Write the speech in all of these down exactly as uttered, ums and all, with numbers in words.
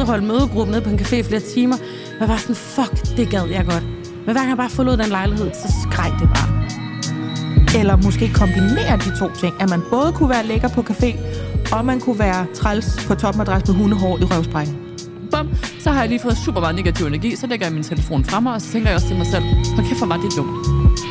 og holde mødegruppe nede på en café i flere timer. Og jeg var sådan, fuck, det gad jeg godt. Men hver gang jeg bare forlod den lejlighed, så skreg det bare. Eller måske kombinere de to ting, at man både kunne være lækker på café, og man kunne være træls på topmadras med hundehår i røvsprækken. Bum, så har jeg lige fået super meget negativ energi, så lægger jeg min telefon frem, og så tænker jeg også til mig selv, hvor kæft, hvor var det dumt.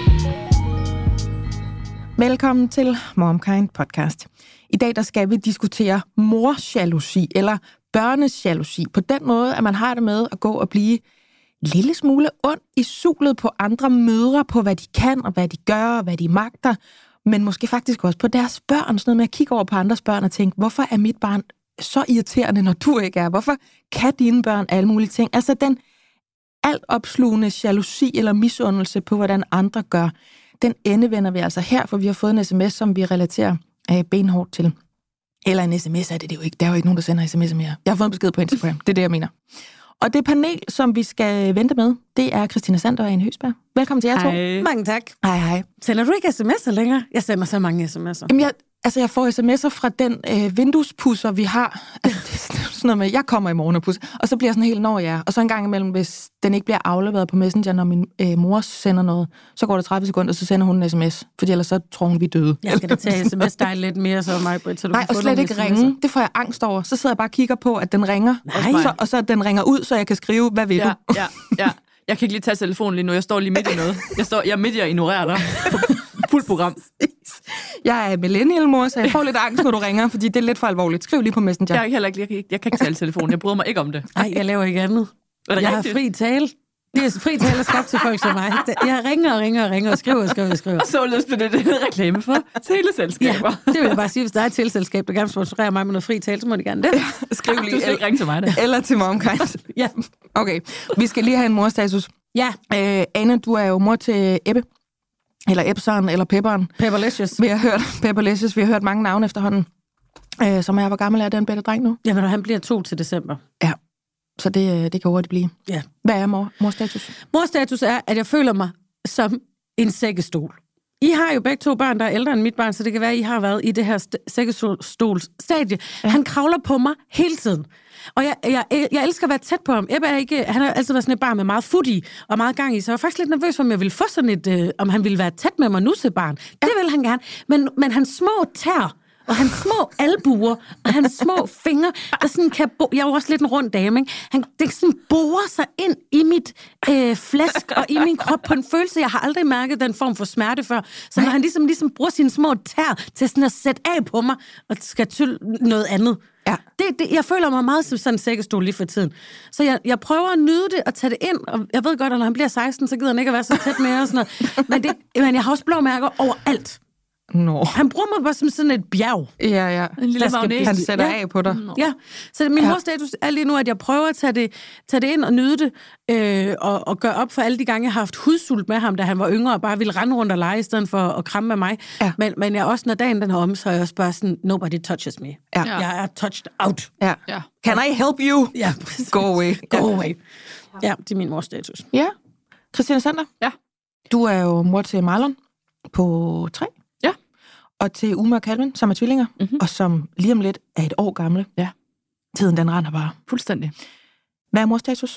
Velkommen til MomKind podcast. I dag der skal vi diskutere morsjalousi, eller børnesjalousi, på den måde, at man har det med at gå og blive en lille smule ond i sulet på andre mødre, på hvad de kan, og hvad de gør, og hvad de magter, men måske faktisk også på deres børn, sådan noget med at kigge over på andres børn og tænke, hvorfor er mit barn så irriterende, når du ikke er? Hvorfor kan dine børn alle mulige ting? Altså den altopslugende jalousi eller misundelse på, hvordan andre gør, den endevender vi altså her, for vi har fået en sms, som vi relaterer øh, benhårdt til. Eller en sms er det, det er jo ikke. Der er jo ikke nogen, der sender sms'er mere. Jeg har fået en besked på Instagram. Det er det, jeg mener. Og det panel, som vi skal vente med, det er Christina Sander og Anne Høsberg. Velkommen til jer to. Hej. Mange tak. Hej, hej. Sender du ikke sms'er længere? Jeg sender så mange sms'er. Jamen, jeg, altså, jeg får sms'er fra den øh, vinduespusser, vi har. Altså, det er sådan noget med, jeg kommer i morgen og pusser. Og så bliver jeg sådan helt, når jeg er. Og så en gang imellem, hvis den ikke bliver afleveret på Messenger, når min øh, mor sender noget, så går der tredive sekunder, og så sender hun en sms. Fordi ellers så tror hun, vi er døde. Jeg skal da tage sms dig lidt mere, så mig, Britt, så du Nej, kan og få slet ikke sms'er. ringe. Det får jeg angst over. Så sidder jeg bare og kigger på, at den ringer. Nej. Og så, og så den ringer ud, så jeg kan skrive, hvad vil Ja, du? ja, ja. Jeg kan ikke lige tage telefonen lige nu. Jeg står lige midt i noget. Jeg, står, jeg er midt i at ignorere dig. Fuldt program. Jeg er millennial-mor, så jeg får lidt angst, når du ringer, fordi det er lidt for alvorligt. Skriv lige på Messenger. Jeg, er heller ikke, jeg, kan ikke, jeg kan ikke tale telefonen. Jeg bryder mig ikke om det. Nej, jeg laver ikke andet. Er det Jeg rigtigt? har fri tale. Det er fri tale er skabt til folk som mig. Jeg ringer og ringer og ringer og skriver og skriver og skriver. Og således blev det det reklame for teleselskaber. Ja, det vil jeg bare sige. Hvis der er et teleselskab, der gerne sponsorerer mig med noget fri tale, så må de gerne det. Skriv Du lige. skal ikke ringe til mig, da. Eller til MomKind. Ja. Okay, vi skal lige have en morstatus. Ja, Øh, Anne, du er jo mor til Ebbe. Eller Ebseren, eller Pepperen. Pepperlicious. Vi har hørt Pepperlicious, vi har hørt mange navne efterhånden. Øh, som er, hvor gammel er den bedre dreng nu? Jamen, han bliver to til december. Ja, så det, det kan hurtigt blive. Ja. Hvad er mor, morstatus? Morstatus er, at jeg føler mig som en sækkestol. I har jo begge to børn, der er ældre end mit barn, så det kan være, at I har været i det her st- sækkestolsstadie. Ja. Han kravler på mig hele tiden. Og jeg, jeg, jeg elsker at være tæt på ham. Ebbe er ikke, han har altid været sådan et barn med meget fut i og meget gang i, så jeg var faktisk lidt nervøs for, om jeg ville få sådan et, øh, om han ville være tæt med mig nu til barn. Det ja. vil han gerne. Men, men hans små tær, og hans små albuer, og hans små fingre, der sådan kan bo- jeg er jo også lidt en rund dame, ikke? Han det sådan borer sig ind i mit øh, flæsk og i min krop på en følelse, jeg har aldrig mærket den form for smerte før. Så når han ligesom, ligesom bruger sine små tær til sådan at sætte af på mig, og skal til noget andet. Ja. Det, det, jeg føler mig meget som sådan en sækkestol lige for tiden. Så jeg, jeg prøver at nyde det og tage det ind, og jeg ved godt, at når han bliver seksten, så gider han ikke at være så tæt med og sådan noget. Men, det, men jeg har også blå mærker overalt. Nå. Han bruger mig bare som sådan et bjerg. Ja, ja. En lille Der skal magnet. Han sætter Ja. af på dig. Nå. Ja, så min Ja. morstatus er lige nu, at jeg prøver at tage det, tage det ind og nyde det, øh, og, og gøre op for alle de gange, jeg har haft hudsult med ham, da han var yngre, og bare ville rende rundt og lege, i stedet for at kramme med mig. Ja. Men, men jeg også, når dagen den er om, så er jeg også bare sådan, nobody touches me. Ja. Jeg er touched out. Ja. Ja. Can I help you? Ja, Go away. Go away. Ja, det er min morstatus. Ja. Christina Sander? Ja. Du er jo mor til Marlon på tre. Ja. Og til Uma og Calvin, som er tvillinger, Mhm. og som lige om lidt er et år gamle. Ja. Tiden, den render bare. Fuldstændig. Hvad er morstatus?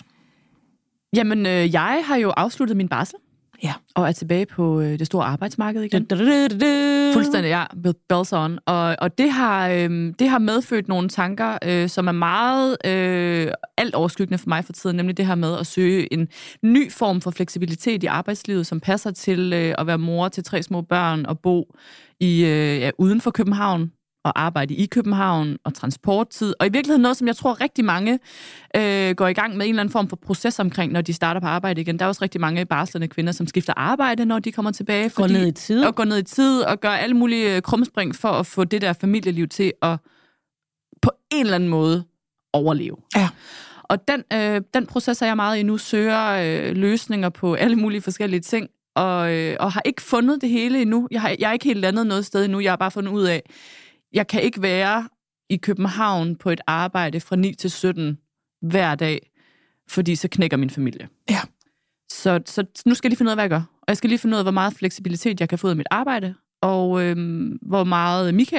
Jamen, øh, jeg har jo afsluttet min barsel. Ja. Og er tilbage på øh, det store arbejdsmarked igen. Du, du, du, du, du. Fuldstændig, ja. With bells on. Og, og det, har, øh, det har medfødt nogle tanker, øh, som er meget øh, alt overskyggende for mig for tiden, nemlig det her med at søge en ny form for fleksibilitet i arbejdslivet, som passer til øh, at være mor til tre små børn og bo i øh, ja, uden for København og arbejde i København og transporttid. Og i virkeligheden noget, som jeg tror rigtig mange øh, går i gang med en eller anden form for proces omkring, når de starter på arbejde igen. Der er også rigtig mange barslende kvinder, som skifter arbejde, når de kommer tilbage. Går ned i tid. Og går ned i tid og gør alle mulige krumspring for at få det der familieliv til at på en eller anden måde overleve. Ja. Og den, øh, den proces er jeg meget i nu, søger øh, løsninger på alle mulige forskellige ting, og, øh, og har ikke fundet det hele endnu. Jeg har, jeg har ikke helt landet noget sted endnu. Jeg har bare fundet ud af, jeg kan ikke være i København på et arbejde fra ni til sytten hver dag, fordi så knækker min familie. Ja. Så, så nu skal jeg lige finde ud af, hvad jeg gør. Og jeg skal lige finde ud af, hvor meget fleksibilitet jeg kan få ud af mit arbejde, og øhm, hvor meget Michael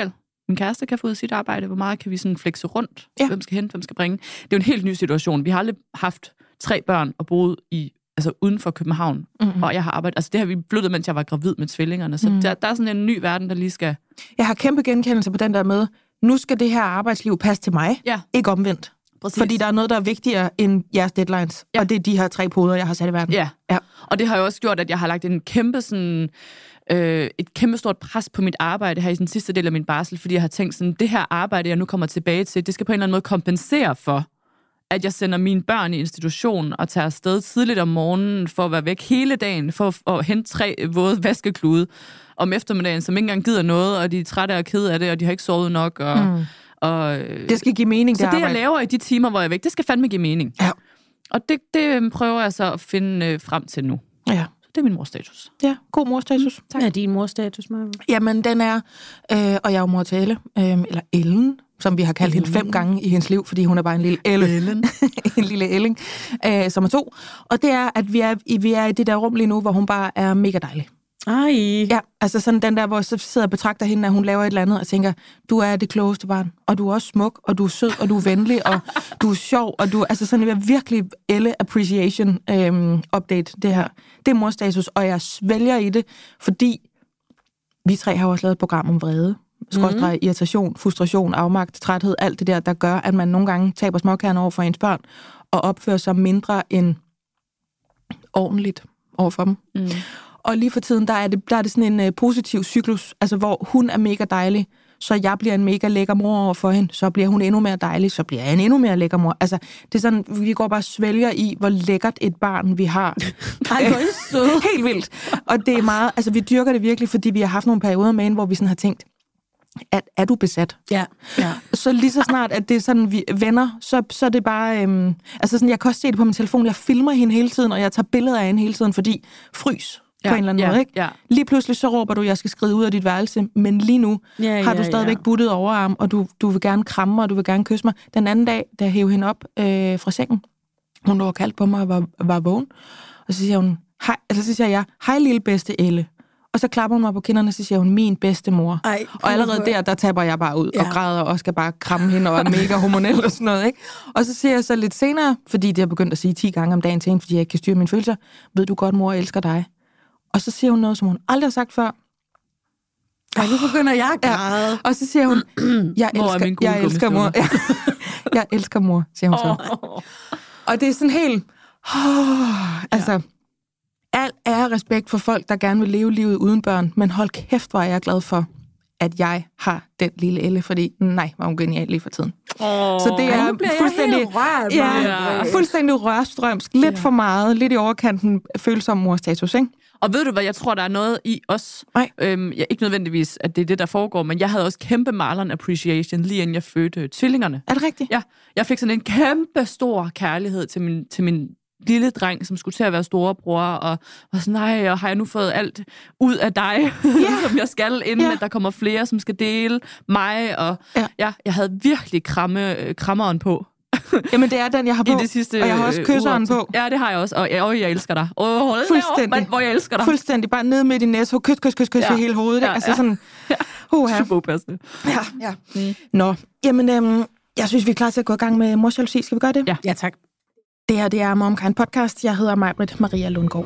min kæreste kan få ud af sit arbejde, hvor meget kan vi sådan flexe rundt, Ja. hvem skal hente, hvem skal bringe. Det er jo en helt ny situation. Vi har aldrig haft tre børn og boet i, altså uden for København, mm-hmm. og jeg har arbejdet, altså det har vi flyttet, mens jeg var gravid med tvillingerne, så mm. der, der er sådan en ny verden, der lige skal... Jeg har kæmpe genkendelse på den der med, nu skal det her arbejdsliv passe til mig, ja. ikke omvendt. Præcis. Fordi der er noget, der er vigtigere end jeres deadlines, ja. og det er de her tre poder, jeg har sat i verden. Ja. ja, og det har jo også gjort, at jeg har lagt en kæmpe sådan... Øh, et kæmpe stort pres på mit arbejde her i den sidste del af min barsel, fordi jeg har tænkt sådan, det her arbejde, jeg nu kommer tilbage til, det skal på en eller anden måde kompensere for, at jeg sender mine børn i institution og tager afsted tidligt om morgenen for at være væk hele dagen, for at hente tre våde vaskeklude om eftermiddagen, som ikke engang gider noget, og de er trætte og kede af det, og de har ikke sovet nok. Og, mm. og, det skal give mening, det Så det, arbejde. jeg laver i de timer, hvor jeg er væk, det skal fandme give mening. Ja. Og det, det prøver jeg så at finde øh, frem til nu. Ja. Det er min morstatus. Ja, god morstatus. Hvad er din morstatus, Maja? Jamen, den er, øh, og jeg er jo mor til Elle, øh, eller Ellen, som vi har kaldt hende fem gange i hendes liv, fordi hun er bare en lille Elle. Ellen. en lille Elling, øh, som er to. Og det er, at vi er, i, vi er i det der rum lige nu, hvor hun bare er mega dejlig. Ej. Ja, altså sådan den der, hvor jeg så sidder og betragter hende, at hun laver et eller andet, og tænker, du er det klogeste barn, og du er også smuk, og du er sød, og du er venlig, og du er sjov, og du altså sådan en virkelig Elle appreciation øhm, update, det her. Det er morstatus, og jeg svælger i det, fordi vi tre har også lavet et program om vrede, skråstreg, mm. irritation, frustration, afmagt, træthed, alt det der, der gør, at man nogle gange taber småkærne over for ens børn, og opfører sig mindre end ordentligt over for dem. Mm. Og lige for tiden, der er det, der er det sådan en uh, positiv cyklus, altså hvor hun er mega dejlig, så jeg bliver en mega lækker mor over for hende, så bliver hun endnu mere dejlig, så bliver jeg en endnu mere lækker mor. Altså, det er sådan, vi går bare og svælger i, hvor lækkert et barn vi har. Ej, hvor er sød. Helt vildt. Og det er meget, altså vi dyrker det virkelig, fordi vi har haft nogle perioder med hende, hvor vi sådan har tænkt, at er du besat? Ja. ja. Så lige så snart, at det er sådan, vi venner, så, så er det bare... Øhm, altså sådan, jeg kan også se det på min telefon, jeg filmer hende hele tiden, og jeg tager billeder af hende hele tiden, fordi frys ja, på en eller anden ja, måde, ikke? Ja. Lige pludselig så råber du, at jeg skal skride ud af dit værelse, men lige nu ja, har du ja, stadigvæk ja. buttet overarm, og du, du vil gerne kramme mig, og du vil gerne kysse mig. Den anden dag, da jeg hævde hende op øh, fra sengen, hun lå kaldt på mig og var, var vågen, og så siger hun, hej, altså så siger jeg, hej lille bedste Elle. Og så klapper hun mig på kinderne, og så siger hun, min bedste mor. Ej, og allerede der, der taber jeg bare ud ja. og græder, og skal bare kramme hende, og er mega hormonel og sådan noget, ikke? Og så siger jeg så lidt senere, fordi det har begyndt at sige ti gange om dagen til hende, fordi jeg ikke kan styre mine følelser, ved du godt, mor elsker dig. Og så siger hun noget, som hun aldrig har sagt før. Ej, nu begynder jeg at græde. Ja. Og så siger hun, jeg elsker, jeg elsker mor. Ja. Jeg elsker mor, siger hun så. Oh. Og det er sådan helt, oh, altså... Ja. Al ære respekt for folk, der gerne vil leve livet uden børn, men hold kæft, hvor er jeg glad for, at jeg har den lille Elle, fordi nej, var hun genial lige for tiden. Oh, så det er fuldstændig, rørt, ja, ja. fuldstændig rørstrømsk, lidt ja. for meget, lidt i overkanten følsom morstatus, ikke? Og ved du hvad, jeg tror, der er noget i os. Nej. Øhm, ja, ikke nødvendigvis, at det er det, der foregår, men jeg havde også kæmpe Marlon appreciation, lige inden jeg fødte øh, tvillingerne. Er det rigtigt? Ja, jeg fik sådan en kæmpe stor kærlighed til min, til min lille dreng, som skulle til at være storebror, og var sådan, nej, og har jeg nu fået alt ud af dig, yeah. som jeg skal, inden yeah. at der kommer flere, som skal dele mig, og ja, ja jeg havde virkelig kramme, krammeren på. Jamen, det er den, jeg har på, I det sidste, og jeg har også kysseren på. Ja, det har jeg også, og jeg, og jeg elsker dig. Åh, hold da op, hvor jeg elsker dig. Fuldstændig, bare ned med din næse, kys, kys, kys, kys ja. i hele hovedet, ja, altså ja. sådan, uh, super upassende. Ja, ja. Mm. Nå, jamen, øhm, jeg synes, vi er klar til at gå i gang med morsjalousi. Skal vi gøre det? Ja, ja tak. Det her, det er MomKind Podcast. Jeg hedder Maj-Britt Maria Lundgaard.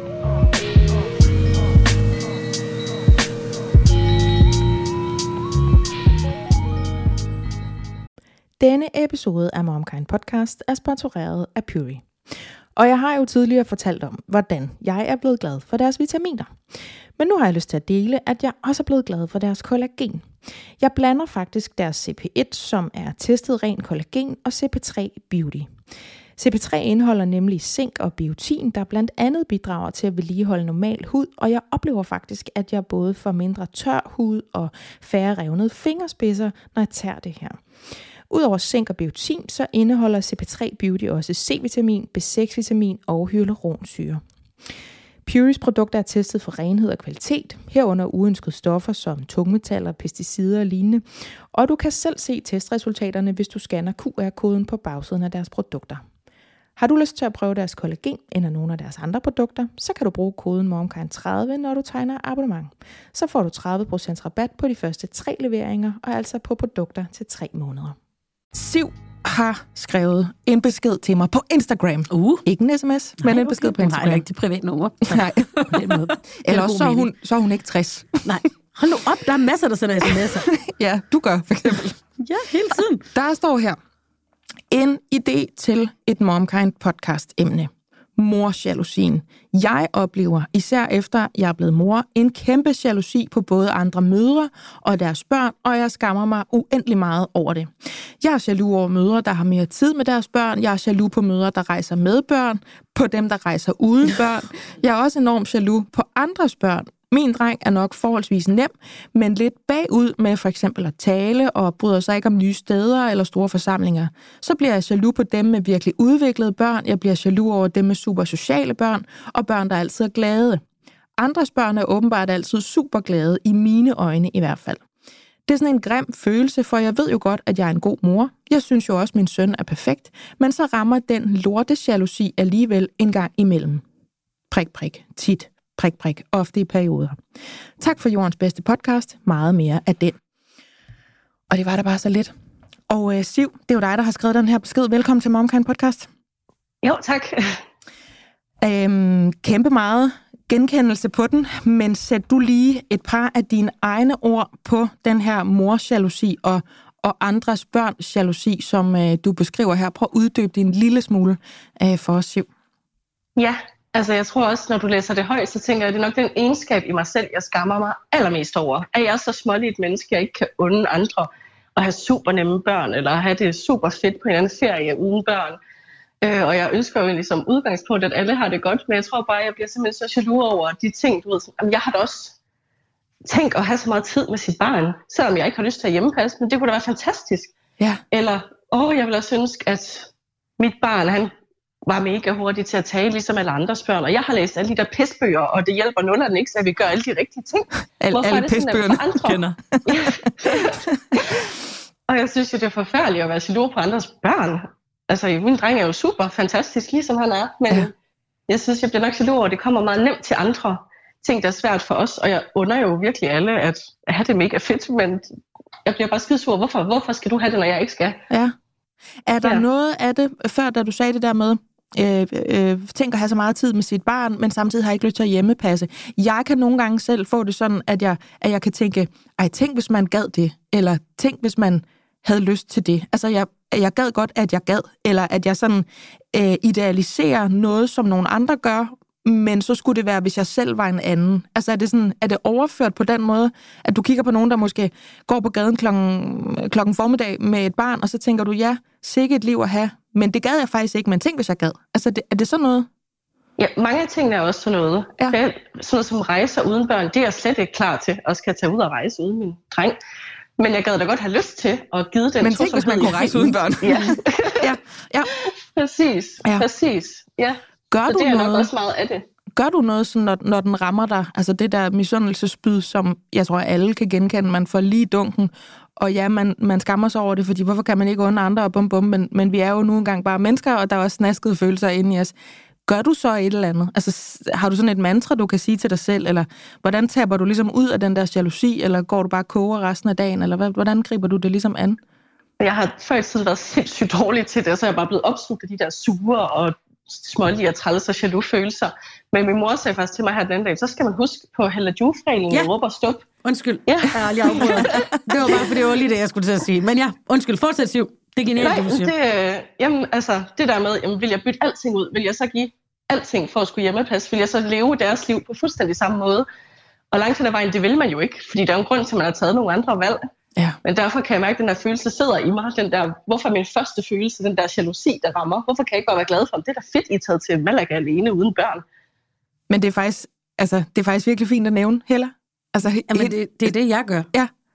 Denne episode af MomKind Podcast er sponsoreret af Pury. Og jeg har jo tidligere fortalt om, hvordan jeg er blevet glad for deres vitaminer. Men nu har jeg lyst til at dele, at jeg også er blevet glad for deres kollagen. Jeg blander faktisk deres C P et, som er testet ren kollagen, og C P tre Beauty. C P tre indeholder nemlig zink og biotin, der blandt andet bidrager til at vedligeholde normal hud, og jeg oplever faktisk, at jeg både får mindre tør hud og færre revnede fingerspidser, når jeg tager det her. Udover zink og biotin, så indeholder C P tre Beauty også C-vitamin, B seks vitamin og hyaluronsyre. Purys produkter er testet for renhed og kvalitet, herunder uønskede stoffer som tungmetaller, pesticider og lignende, og du kan selv se testresultaterne, hvis du scanner Q R-koden på bagsiden af deres produkter. Har du lyst til at prøve deres kollagen eller nogle af deres andre produkter, så kan du bruge koden MomKind tredive, når du tegner abonnement. Så får du tredive procent rabat på de første tre leveringer, og altså på produkter til tre måneder. Siv har skrevet en besked til mig på Instagram. Uh. Ikke en sms, Nej, men en besked okay. på Instagram. Nej, ikke til privat nummer. Nej. Eller så er, hun, så er hun ikke tres. Nej. Hold nu op, der er masser, der sender sms'er. Ja, du gør for eksempel. Ja, hele tiden. Der står her en idé til et MomKind podcast emne. Morsjalousien. Jeg oplever, især efter jeg er blevet mor, en kæmpe jalousi på både andre mødre og deres børn, og jeg skammer mig uendelig meget over det. Jeg er jaloux over mødre, der har mere tid med deres børn. Jeg er jaloux på mødre, der rejser med børn, på dem, der rejser uden børn. Jeg er også enormt jaloux på andres børn. Min dreng er nok forholdsvis nem, men lidt bagud med for eksempel at tale og bryder sig ikke om nye steder eller store forsamlinger. Så bliver jeg jaloux på dem med virkelig udviklede børn. Jeg bliver jaloux over dem med super sociale børn og børn, der altid er glade. Andres børn er åbenbart altid super glade, i mine øjne i hvert fald. Det er sådan en grim følelse, for jeg ved jo godt, at jeg er en god mor. Jeg synes jo også, at min søn er perfekt, men så rammer den lorte jalousi alligevel en gang imellem. Prik, prik, tit. Prik, prik, ofte i perioder. Tak for jordens bedste podcast. Meget mere af den. Og det var da bare så lidt. Og øh, Siv, det er jo dig, der har skrevet den her besked. Velkommen til MomKind podcast. Jo, tak. Øhm, kæmpe meget genkendelse på den, men sæt du lige et par af dine egne ord på den her morsjalousi og, og andres børns jalousi, som øh, du beskriver her. Prøv at uddybe det en lille smule øh, for os, Siv. Ja, altså jeg tror også, når du læser det højt, så tænker jeg, at det er nok den egenskab i mig selv, jeg skammer mig allermest over. At jeg er så smålig et menneske, jeg ikke kan unde andre at have super nemme børn, eller have det super fedt på en anden ferie uden børn. Øh, og jeg ønsker jo egentlig som udgangspunkt, at alle har det godt, men jeg tror bare, at jeg bliver simpelthen så jaloux over de ting, du ved. Jamen, jeg har da også tænkt at have så meget tid med sit barn, selvom jeg ikke har lyst til at hjemmepasse, men det kunne da være fantastisk. Ja. Eller, åh, jeg vil også ønske, at mit barn, han var mega hurtig til at tale, ligesom alle andres børn. Og jeg har læst alle de der pisbøger, og det hjælper nullerne ikke, så vi gør alle de rigtige ting. Al, Hvorfor alle pisbøgerne kender. Og jeg synes jo, det er forfærdeligt at være jaloux på andres børn. Altså, min dreng er jo super fantastisk, ligesom han er. Men ja. Jeg synes, jeg bliver nok jaloux over, det kommer meget nemt til andre ting, der er svært for os. Og jeg under jo virkelig alle at have det mega fedt, men jeg bliver bare skidesur. Hvorfor, hvorfor skal du have det, når jeg ikke skal? Ja. Er der ja. noget af det, før da du sagde det der med, øh, øh, tænker at have så meget tid med sit barn, men samtidig har ikke lyst til at hjemmepasse. Jeg kan nogle gange selv få det sådan, at jeg, at jeg kan tænke, ej, tænk hvis man gad det, eller tænk hvis man havde lyst til det. Altså, jeg, jeg gad godt, at jeg gad, eller at jeg sådan øh, idealiserer noget, som nogle andre gør, men så skulle det være, hvis jeg selv var en anden. Altså, er det, sådan, er det overført på den måde, at du kigger på nogen, der måske går på gaden klokken, klokken formiddag med et barn, og så tænker du, ja, sikke et liv at have, men det gad jeg faktisk ikke, men tænk, hvis jeg gad. Altså, det, er det sådan noget? Ja, mange af tingene er også sådan noget. Ja. Sådan noget som rejser uden børn, det er jeg slet ikke klar til, og skal tage ud og rejse uden min dreng. Men jeg gad da godt have lyst til at give den. Men tænk, hvis man kunne rejse uden børn. Ja, ja, ja. Præcis, ja. præcis. Ja. Gør så du det er noget, nok også meget af det. Gør du noget, sådan, når, når den rammer dig? Altså det der misundelsesspyd, som jeg tror, alle kan genkende. Man får lige dunken, og ja, man, man skammer sig over det, fordi hvorfor kan man ikke under andre og bum bum, men, men vi er jo nu engang bare mennesker, og der er også snaskede følelser inde i os. Gør du så et eller andet? Altså, har du sådan et mantra, du kan sige til dig selv, eller hvordan taber du ligesom ud af den der jalousi, eller går du bare og koger resten af dagen, eller hvordan griber du det ligesom an? Jeg har før i tiden været sindssygt dårlig til det, så jeg er bare blevet opslugt af de der sure og smålige og træls og jaloux følelser. Men min mor sagde faktisk til mig her den anden dag, så skal man huske på Hella Juf-reglen, ja. råber stop. Undskyld, ja. jeg har lige afbrudt. Det var bare, for det var lige det, jeg skulle til at sige. Men ja, undskyld, fortsæt, Siv. Det er genialt, Nej, det du siger. Det, jamen, altså, det der med, jamen, vil jeg bytte alting ud? Vil jeg så give alting for at skulle hjemmepasse? Vil jeg så leve deres liv på fuldstændig samme måde? Og langt hen ad vejen, det vil man jo ikke, fordi der er en grund til, at man har taget nogle andre valg. Ja. Men derfor kan jeg mærke, at den der følelse sidder i mig. Den der, hvorfor min første følelse, den der jalousi, der rammer? Hvorfor kan jeg ikke bare være glad for dem? Det er da fedt, I er taget til Malaga alene uden børn. Men det er faktisk, altså, det er faktisk virkelig fint at nævne, Hella. Altså, Jamen, det, det er det, jeg gør. Ja.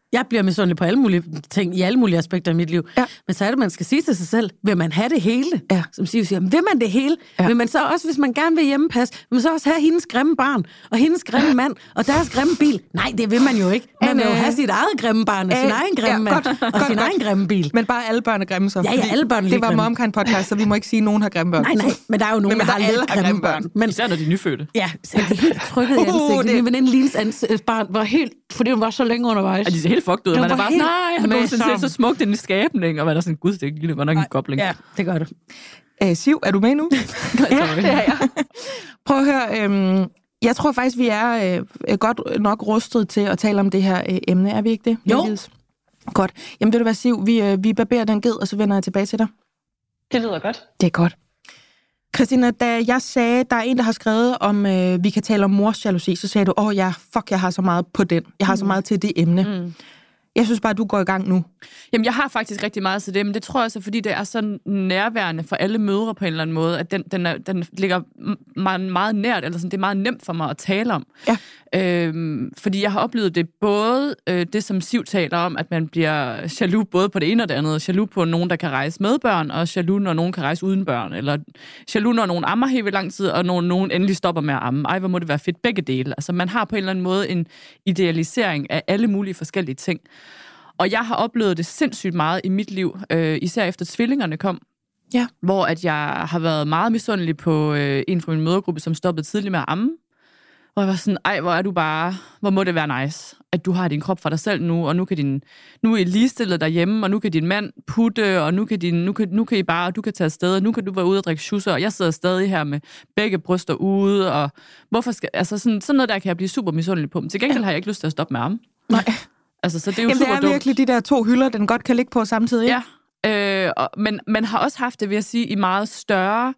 Jeg bliver misundelig på alle mulige ting, i alle mulige aspekter af mit liv. Ja. Men så er det, man skal sige til sig selv, vil man have det hele? Ja. Som Siv siger, vil man det hele? Ja. Vil man så også, hvis man gerne vil hjemmepasse, vil man så også have hendes grimme barn, og hendes grimme mand, og deres grimme bil? Nej, det vil man jo ikke. Man Anne, vil jo have sit eget grimme barn, og sin egen grimme ja, mand, godt, og godt, sin godt. egen grimme bil. Men bare alle børn er grimme så. Ja, ja, alle børn er Det var grimme. Momkind podcast, så vi må ikke sige, at nogen har grimme børn. Nej, nej, men der er jo nogen, Men der der har alle lidt har grimme grimme børn. børn. Men, Især når de er nyfødte. ja, så er de helt trykket i ansigtet. Uh, det- Min veninde Lines ans- barn var helt, fordi hun var så længe undervejs. Og de ser helt fucked ud. Det Man er var bare helt sådan, nej, han nogensinde set så smukt ind i skabning. Og man er sådan, gud, det er godt nok en gobling. Ja, det gør det. Æ, Siv, er du med nu? Ja, det er jeg. Prøv at høre, øhm, jeg tror faktisk, vi er øh, godt nok rustet til at tale om det her øh, emne. Er vi ikke det? Jo. Ligeledes? Godt. Jamen ved du hvad, Siv, vi, øh, vi barberer den ged, og så vender jeg tilbage til dig. Det lyder godt. Det er godt. Christina, da jeg sagde, der er en, der har skrevet, om øh, vi kan tale om mors jalousi, så sagde du, åh oh, ja, fuck, jeg har så meget på den. Jeg har mm. så meget til det emne. Mm. Jeg synes bare, at du går i gang nu. Jamen, jeg har faktisk rigtig meget til det, men det tror jeg så, fordi det er så nærværende for alle mødre på en eller anden måde, at den, den, er, den ligger meget, meget nært, eller sådan, det er meget nemt for mig at tale om. Ja. Øhm, fordi jeg har oplevet det både, øh, det som Siv taler om, at man bliver jaloux både på det ene og det andet. Jaloux på nogen, der kan rejse med børn, og jaloux, når nogen kan rejse uden børn. Eller jaloux, når nogen ammer helt vildt lang tid, og når nogen endelig stopper med at amme. Ej, hvor må det være fedt begge dele. Altså, man har på en eller anden måde en idealisering af alle mulige forskellige ting. Og jeg har oplevet det sindssygt meget i mit liv, øh, især efter tvillingerne kom. Ja. Hvor at jeg har været meget misundelig på øh, en fra min mødergruppe, som stoppede tidligt med at amme. Hvor jeg var sådan, ej, hvor er du bare, hvor må det være nice, at du har din krop for dig selv nu, og nu kan din, nu er I ligestillet derhjemme, og nu kan din mand putte, og nu kan, din, nu kan, nu kan I bare, du kan tage afsted, og nu kan du være ude og drikke schusser, og jeg sidder stadig her med begge bryster ude, og hvorfor skal, altså sådan, sådan noget der kan jeg blive super misundelig på. Men til gengæld har jeg ikke lyst til at stoppe med at amme. Nej. Altså, så det er jo Jamen, super det er dumt. virkelig de der to hylder, den godt kan ligge på samtidig. Ja, øh, og, men man har også haft det, vil jeg sige, i meget større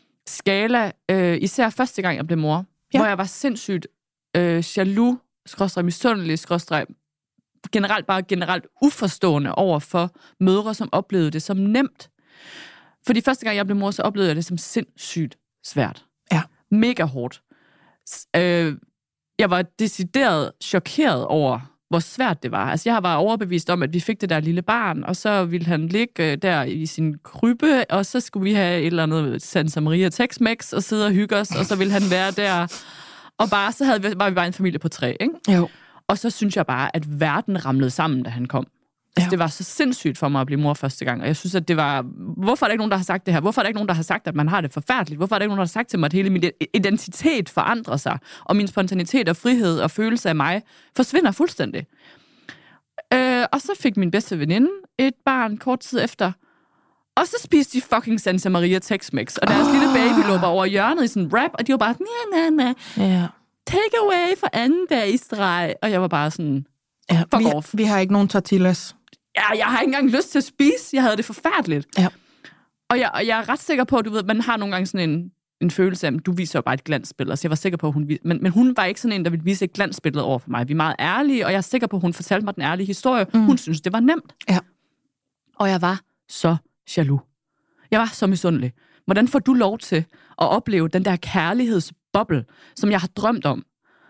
skala, øh, især første gang, jeg blev mor, Ja. hvor jeg var sindssygt øh, jaloux, skråstreg misundelig, skråstreg generelt bare generelt uforstående over for mødre, som oplevede det som nemt. Fordi første gang, jeg blev mor, så oplevede jeg det som sindssygt svært. Ja. Mega hårdt. S- øh, jeg var decideret chokeret over, hvor svært det var. Altså, jeg var overbevist om, at vi fik det der lille barn, og så ville han ligge øh, der i sin krybbe, og så skulle vi have et eller andet Santa Maria Tex-Mex og sidde og hygge os, og så ville han være der. Og bare, så havde vi, var vi bare en familie på tre, ikke? Jo. Og så synes jeg bare, at verden ramlede sammen, da han kom. Altså, Ja. det var så sindssygt for mig at blive mor første gang, og jeg synes, at det var... Hvorfor er der ikke nogen, der har sagt det her? Hvorfor er der ikke nogen, der har sagt, at man har det forfærdeligt? Hvorfor er der ikke nogen, der har sagt til mig, at hele min identitet forandrer sig, og min spontanitet og frihed og følelse af mig forsvinder fuldstændig? Øh, og så fik min bedste veninde et barn kort tid efter, og så spiste de fucking Santa Maria Tex-Mex, og deres oh. lille baby lå bare over hjørnet i sådan en wrap, og de var bare, na, na, na, Ja. take away for anden dag i streg. Og jeg var bare sådan, Ja, fuck vi, off. vi har ikke nogen tortillas. Ja, jeg har ikke engang lyst til at spise. Jeg havde det forfærdeligt. Ja. Og jeg, og jeg er ret sikker på, at du ved, man har nogle gange sådan en, en følelse af, at du viser jo bare et glansbillede. Så jeg var sikker på, at hun vis- men, men hun var ikke sådan en, der ville vise et glansbillede over for mig. Vi er meget ærlige, og jeg er sikker på, at hun fortalte mig den ærlige historie. Mm. Hun synes, det var nemt. Ja. Og jeg var så jaloux. Jeg var så misundelig. Hvordan får du lov til at opleve den der kærlighedsboble, som jeg har drømt om?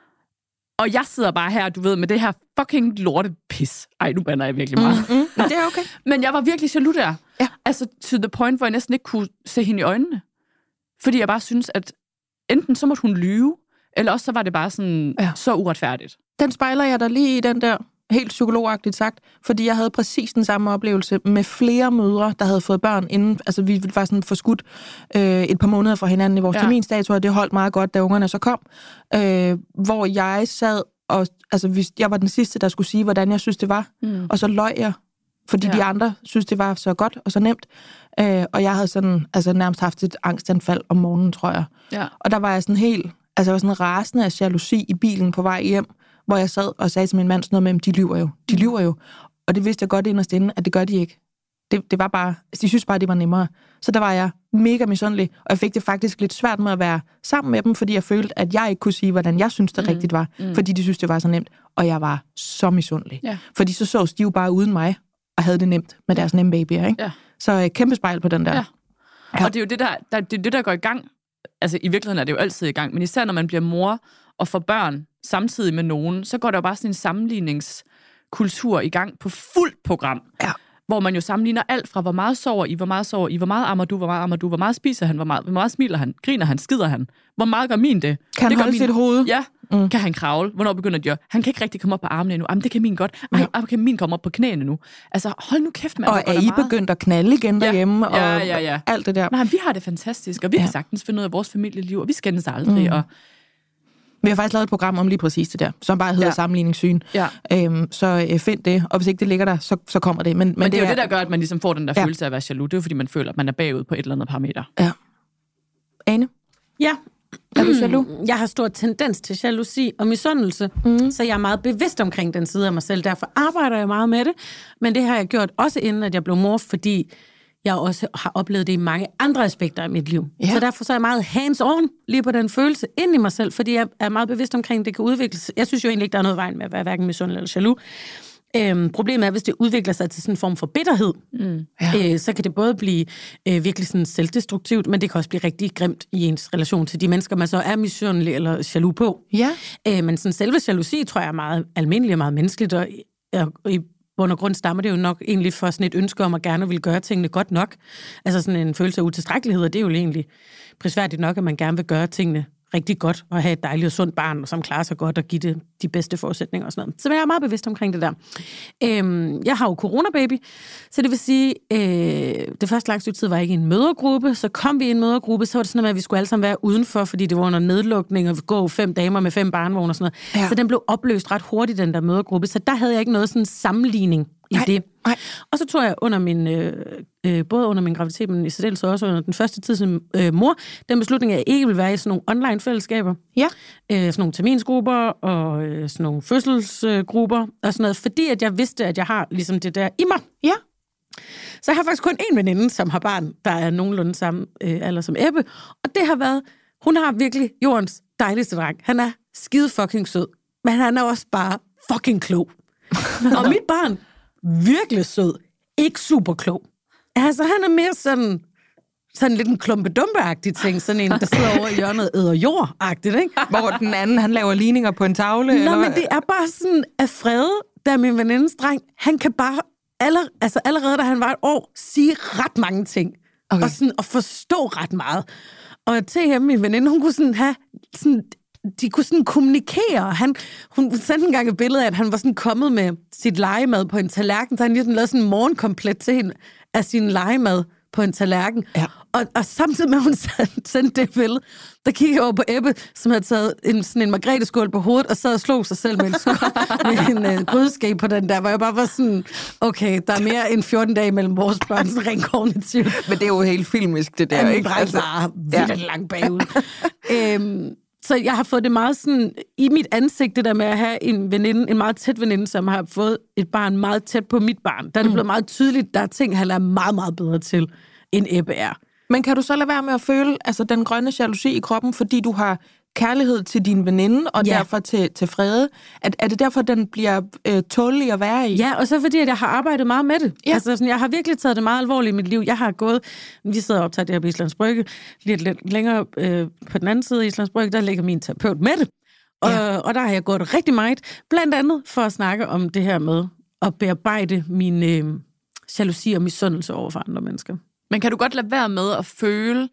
Og jeg sidder bare her, du ved, med det her fucking lortepis. Ej, nu bander jeg virkelig meget. Mm, mm, det er okay. Men jeg var virkelig jaloux der. Ja. Altså, to the point, hvor jeg næsten ikke kunne se hende i øjnene. Fordi jeg bare synes, at enten så måtte hun lyve, eller også så var det bare sådan Ja. så uretfærdigt. Den spejler jeg der lige i den der, helt psykologagtigt sagt, fordi jeg havde præcis den samme oplevelse med flere mødre, der havde fået børn inden, altså vi var sådan forskudt øh, et par måneder fra hinanden i vores Ja. ja. terminsdato, og det holdt meget godt, da ungerne så kom, øh, hvor jeg sad, og altså hvis jeg var den sidste, der skulle sige, hvordan jeg synes, det var, Mm. og så løj jeg, fordi Ja. ja. de andre synes, det var så godt og så nemt, øh, og jeg havde sådan, altså nærmest haft et angstanfald om morgenen, tror jeg. Ja. Og der var jeg sådan helt, altså jeg var sådan rasende af jalousi i bilen på vej hjem, hvor jeg sad og sagde til min mand sådan noget med, at de lyver jo, de lyver jo. Og det vidste jeg godt inderst inde, at det gør de ikke. Det, det var bare, de synes bare, det var nemmere. Så der var jeg mega misundelig, og jeg fik det faktisk lidt svært med at være sammen med dem, fordi jeg følte, at jeg ikke kunne sige, hvordan jeg synes, det mm. rigtigt var, mm. fordi de synes, det var så nemt. Og jeg var så misundelig. Ja. Fordi så så de jo bare uden mig, og havde det nemt med deres nemme babyer, ikke? Ja. Så øh, kæmpe spejl på den der. Ja. Ja. Og det er jo det der, der, det er det, der går i gang. Altså, i virkeligheden er det jo altid i gang, men især når man bliver mor og får børn samtidig med nogen, så går der jo bare sådan en sammenlignings kultur i gang på fuldt program. Ja. Hvor man jo sammenligner alt fra, hvor meget sover I, hvor meget sover I, hvor meget ammer du, hvor meget ammer du, hvor meget spiser han, hvor meget, hvor meget smiler han, griner han, skider han, hvor meget gør min det? Kan det han holde min... sit hoved? Ja. Mm. Kan han kravle? Hvornår begynder det? Han kan ikke rigtig komme op på armene endnu. Jamen, det kan min godt. Ej, ja. Kan min komme op på knæene nu? Altså, hold nu kæft, mand. Og er I meget... begyndt at knalde igen derhjemme? Ja, og ja, ja. alt det der? Nej, vi har det fantastisk, og vi ja. kan sagtens finde ud af vores familieliv, og vi skændes aldrig, mm. og vi har faktisk lavet et program om lige præcis det der, som bare hedder ja. Sammenligningssyn. Ja. Øhm, så øh, find det, og hvis ikke det ligger der, så, så kommer det. Men, men, men det, det er jo er... det, der gør, at man ligesom får den der ja. følelse af at være jaloux. Det er jo, fordi man føler, at man er bagud på et eller andet parameter. Ja. Ane? Ja. Er du jaloux? Jeg har stor tendens til jalousi og misundelse, mm. så jeg er meget bevidst omkring den side af mig selv. Derfor arbejder jeg meget med det, men det har jeg gjort også inden, at jeg blev mor, fordi jeg også har oplevet det i mange andre aspekter af mit liv. Ja. Så derfor så er jeg meget hands-on lige på den følelse ind i mig selv, fordi jeg er meget bevidst omkring, at det kan udvikles. Jeg synes jo egentlig ikke, der er noget vejen med at være hverken misundelig eller jaloux. Øhm, problemet er, hvis det udvikler sig til sådan en form for bitterhed, mm. ja. øh, så kan det både blive øh, virkelig sådan selvdestruktivt, men det kan også blive rigtig grimt i ens relation til de mennesker, man så er misundelig eller jaloux på. Ja. Øh, men sådan selve jalousi, tror jeg, er meget almindeligt og meget menneskeligt, og, og i bund og grund stammer det jo nok egentlig for sådan et ønske om at gerne vil gøre tingene godt nok. Altså sådan en følelse af utilstrækkelighed, og det er jo egentlig prisværdigt nok, at man gerne vil gøre tingene rigtig godt, og have et dejligt og sundt barn, som klarer sig godt, og give det de bedste forudsætninger og sådan noget. Så jeg er meget bevidst omkring det der. Øhm, jeg har jo coronababy, så det vil sige, øh, det første lang stykke tid var jeg ikke i en mødergruppe, så kom vi i en mødergruppe, så var det sådan, at vi skulle alle sammen være udenfor, fordi det var under nedlukning, og vi gå fem damer med fem barnvogne og sådan noget. Ja. Så den blev opløst ret hurtigt, den der mødergruppe, så der havde jeg ikke noget sådan sammenligning i nej, det. Nej. Og så tror jeg under min, øh, øh, både under min graviditet, men i særdeleshed også under den første tid som øh, mor, den beslutning, at jeg ikke ville være i sådan nogle online-fællesskaber. Ja. Øh, sådan nogle terminsgrupper og øh, sådan nogle fødselsgrupper og sådan noget, fordi at jeg vidste, at jeg har ligesom det der i mig. Ja. Så jeg har faktisk kun én veninde, som har barn, der er nogenlunde samme øh, alder som Ebbe, og det har været, hun har virkelig jordens dejligste dreng. Han er skide fucking sød, men han er også bare fucking klog. Og mit barn, virkelig sød, ikke super klog. Altså, han er mere sådan, sådan lidt en klumpedumpe-agtig ting, sådan en, der sidder over i hjørnet og æder jord-agtigt, ikke? Hvor den anden, han laver ligninger på en tavle. Nå, eller? men det er bare sådan, at Frede, der er min venindes dreng, han kan bare aller, altså allerede, da han var et år, sige ret mange ting. Okay. Og, sådan, og forstå ret meget. Og til ham, min veninde, hun kunne sådan have sådan... De kunne sådan kommunikere. Han, hun sendte engang et billede af, at han var sådan kommet med sit legemad på en tallerken, så han ligesom lavede sådan en morgenkomplet til hende af sin legemad på en tallerken. Ja. Og, og samtidig med, at hun sendte det billede, der kiggede jeg over på Ebbe, som havde taget en, sådan en margrethe-skål på hovedet, og sad og slog sig selv med en, med en uh, grydeske på den der, hvor jeg bare var sådan, okay, der er mere end fjorten dage mellem vores børn, sådan rent kognitivt. Men det er jo helt filmisk, det der, ja, ikke? Altså, bare vildt ja. langt bagud. øhm, Så jeg har fået det meget sådan i mit ansigt, det der med at have en veninde, en meget tæt veninde, som har fået et barn meget tæt på mit barn. Der er det blevet meget tydeligt, der er ting, han er meget, meget bedre til, end Ebbe er. Men kan du så lade være med at føle altså, den grønne jalousi i kroppen, fordi du har kærlighed til din veninde, og ja. derfor til, til Frede? Er, er det derfor, den bliver øh, tålelig at være i? Ja, og så fordi, at jeg har arbejdet meget med det. Ja. Altså, sådan, jeg har virkelig taget det meget alvorligt i mit liv. Jeg har gået, vi sidder og optaget det her på Islands Brygge, lidt, lidt længere øh, på den anden side af Islands Brygge, der ligger min terapeut med det. Og, ja. og der har jeg gået rigtig meget, blandt andet for at snakke om det her med at bearbejde min øh, jalousi og misundelse over for andre mennesker. Men kan du godt lade være med at føle,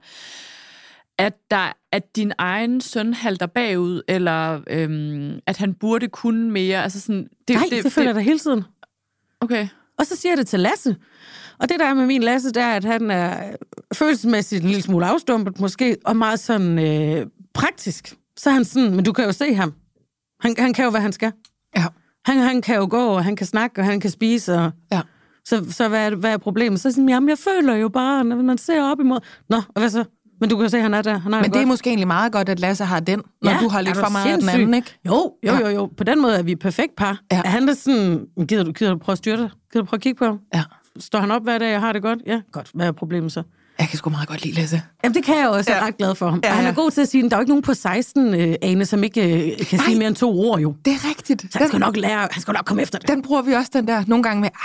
at, der, at din egen søn halter bagud, eller øhm, at han burde kunne mere? Altså sådan, det, Nej, det, det føler jeg da hele tiden. Okay. Og så siger jeg det til Lasse. Og det der er med min Lasse, det er, at han er følelsesmæssigt en lille smule afstumpet måske, og meget sådan øh, praktisk. Så er han sådan, men du kan jo se ham. Han, han kan jo, hvad han skal. Ja. Han, han kan jo gå, og han kan snakke, og han kan spise, og... Ja. Så, så hvad, er, hvad er problemet? Så er sådan, jamen, jeg føler jo bare, når man ser op imod... Nå, og hvad så? Men du kan se, at han er der. Han er Men det godt. er måske egentlig meget godt, at Lasse har den, når ja, du har lidt for meget sindssyg? Af den anden, ikke? Jo, jo, jo, jo. På den måde er vi et perfekt par. Ja. Er han da sådan, gider du, gider du prøve at styre dig? Gider du prøve at kigge på ham? Ja. Står han op hver dag, og har det godt? Ja, godt. Hvad er problemet så? Jeg kan sgu meget godt lide Lasse. Jamen, det kan jeg også. Jeg er ja. ret glad for ham. Ja, ja. Og han er god til at sige, at der er jo ikke nogen på seksten, øh, Ane, som ikke øh, kan Ej, sige mere end to ord, jo. Det er rigtigt. Så han skal nok lære, han skal nok komme efter det. Den bruger vi også, den der, nogle gange med, ah,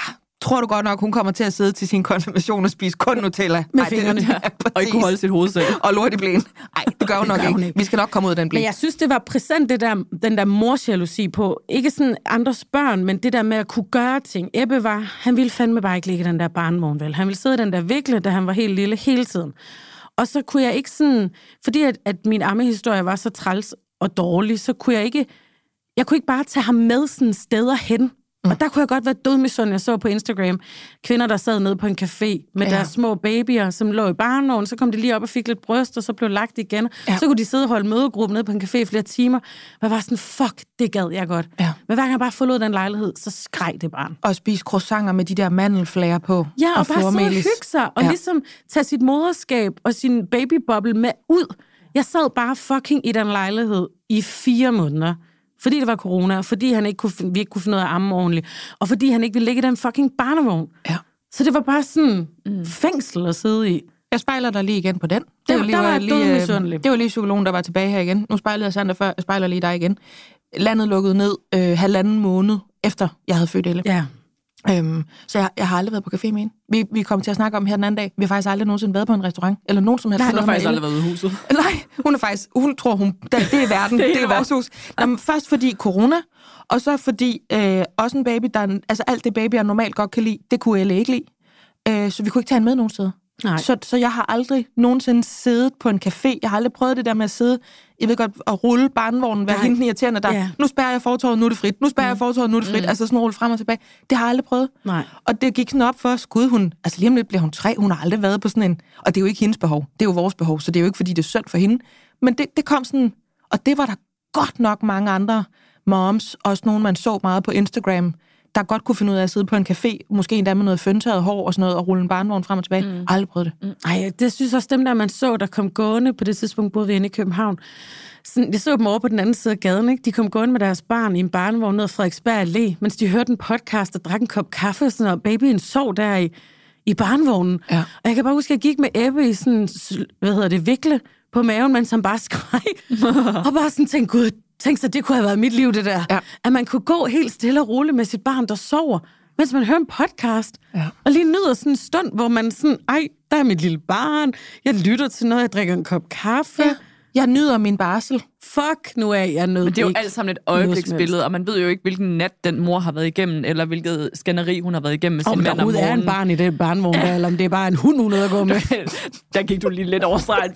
tror du godt nok, hun kommer til at sidde til sin konfirmation og spise kun Nutella? Med Ej, fingrene. Det, ja, Og ikke kunne holde sit hoved selv. og lort i blæen. Nej, det gør hun nok gør hun ikke. ikke. Vi skal nok komme ud af den blæ. Men jeg synes, det var præsent, det der, den der morsjalousi på, ikke sådan andres børn, men det der med at kunne gøre ting. Ebbe var, han ville fandme bare ikke ligge i den der barnvogn, vel? Han ville sidde i den der vikle, da han var helt lille, hele tiden. Og så kunne jeg ikke sådan, fordi at, at min ammehistorie var så træls og dårlig, så kunne jeg ikke, jeg kunne ikke bare tage ham med sådan steder hen. Mm. Og der kunne jeg godt være dødmisundelig. Jeg så på Instagram kvinder, der sad nede på en café med ja. deres små babyer, som lå i barnevognen. Så kom de lige op og fik lidt bryst, og så blev lagt igen. Ja. Så kunne de sidde og holde mødegruppe nede på en café i flere timer. Og jeg var sådan, fuck, det gad jeg godt. Ja. Men hver gang jeg bare forlod den lejlighed, så skreg det barn. Og spise croissanter med de der mandelflager på. Ja, og, og bare sidde og hygge sig. Og ja. ligesom tage sit moderskab og sin babybobble med ud. Jeg sad bare fucking i den lejlighed i fire måneder. Fordi det var corona, og fordi han ikke kunne, vi ikke kunne finde ud af at amme ordentligt, og fordi han ikke ville ligge i den fucking barnevogn. Ja. Så det var bare sådan mm. fængsel at sidde i. Jeg spejler dig lige igen på den. Det, det var lige, der var jeg lige, det var lige psykologen, der var tilbage her igen. Nu spejlede jeg Sander før, jeg spejler lige dig igen. Landet lukkede ned øh, halvanden måned efter, jeg havde født Elle. Ja. Øhm, så jeg, jeg har aldrig været på café med hende. Vi, vi kom til at snakke om her den anden dag. Vi har faktisk aldrig nogensinde været på en restaurant. Eller nogen som helst. Nej, hun har faktisk aldrig været ude i huset. Nej, hun er faktisk, hun tror, hun, det, det er verden, det er, det er vores hus. Jamen, først fordi corona, og så fordi øh, også en baby, der, altså alt det baby, jeg normalt godt kan lide, det kunne Elle ikke lide. Øh, så vi kunne ikke tage hende med nogen steder. Nej. Så, så jeg har aldrig nogensinde siddet på en café. Jeg har aldrig prøvet det der med at sidde, jeg ved godt, at rulle barnevognen, være hende irriterende, der, ja. nu spærrer jeg fortovet, nu er det frit, nu spærrer mm. jeg fortovet, nu er det frit, mm. altså sådan rulle frem og tilbage. Det har jeg aldrig prøvet. Nej. Og det gik sådan op for os, gud, hun, altså lige om lidt bliver hun tre, hun har aldrig været på sådan en, og det er jo ikke hendes behov, det er jo vores behov, så det er jo ikke, fordi det er synd for hende. Men det, det kom sådan, og det var der godt nok mange andre moms, også nogen, man så meget på Instagram, der godt kunne finde ud af at sidde på en café, måske endda med noget føntørret hår og sådan noget, og rulle en barnevogn frem og tilbage. Mm. Aldrig prøvet det. Mm. Ej, det synes også dem, der man så, der kom gående, på det tidspunkt boede vi inde i København. Sådan, jeg så dem over på den anden side af gaden, ikke? De kom gående med deres barn i en barnevogn ned ad Frederiksberg Allé, mens de hørte en podcast og drak en kop kaffe, og sådan, og babyen sov der i, i barnevognen. Ja. Og jeg kan bare huske, at jeg gik med Ebbe i sådan, hvad hedder det, vikle på maven, mens han bare skreg. Og bare sådan tænkte, gud, tænk så, det kunne have været mit liv, det der. Ja. At man kunne gå helt stille og roligt med sit barn, der sover, mens man hører en podcast. Ja. Og lige nyder sådan en stund, hvor man sådan, ej, der er mit lille barn. Jeg lytter til noget, jeg drikker en kop kaffe. Ja. Jeg nyder min barsel. Fuck, nu er jeg nødt. Men det er jo alt sammen et øjebliksbillede, og man ved jo ikke, hvilken nat den mor har været igennem, eller hvilket skænderi hun har været igennem med sin mand om morgenen. Om der er en barn i den barnevogn, ja. Eller om det er bare en hund, hun er at gå med. Der gik du lige lidt over stregen.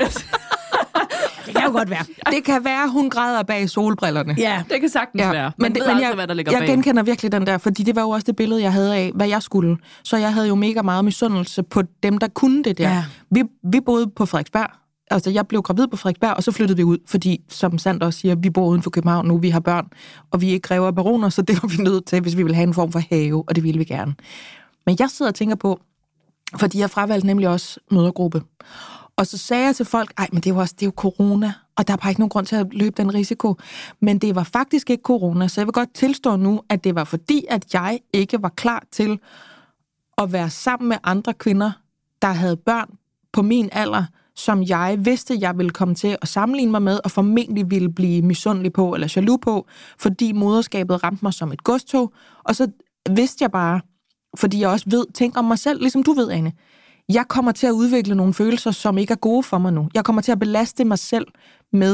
Det kan jo godt være. Det kan være, hun græder bag solbrillerne. Ja, det kan sagtens ja. være. Men, det, men jeg, hvad der ligger jeg bag. genkender virkelig den der, fordi det var jo også det billede, jeg havde af, hvad jeg skulle. Så jeg havde jo mega meget misundelse på dem, der kunne det der. Ja. Vi, vi boede på Frederiksberg. Altså, jeg blev gravid på Frederiksberg, og så flyttede vi ud, fordi, som Sand også siger, vi bor uden for København nu, vi har børn, og vi er ikke grever af baroner, så det var vi nødt til, hvis vi ville have en form for have, og det ville vi gerne. Men jeg sidder og tænker på, fordi jeg fravalgte nemlig også mødergruppe. Og så sagde jeg til folk, ej, men det er jo også, det er jo corona, og der er bare ikke nogen grund til at løbe den risiko. Men det var faktisk ikke corona, så jeg vil godt tilstå nu, at det var fordi, at jeg ikke var klar til at være sammen med andre kvinder, der havde børn på min alder, som jeg vidste, jeg ville komme til at sammenligne mig med, og formentlig ville blive misundelig på, eller jaloux på, fordi moderskabet ramte mig som et godstog. Og så vidste jeg bare, fordi jeg også ved, tænk om mig selv, ligesom du ved, Anne, jeg kommer til at udvikle nogle følelser, som ikke er gode for mig nu. Jeg kommer til at belaste mig selv med,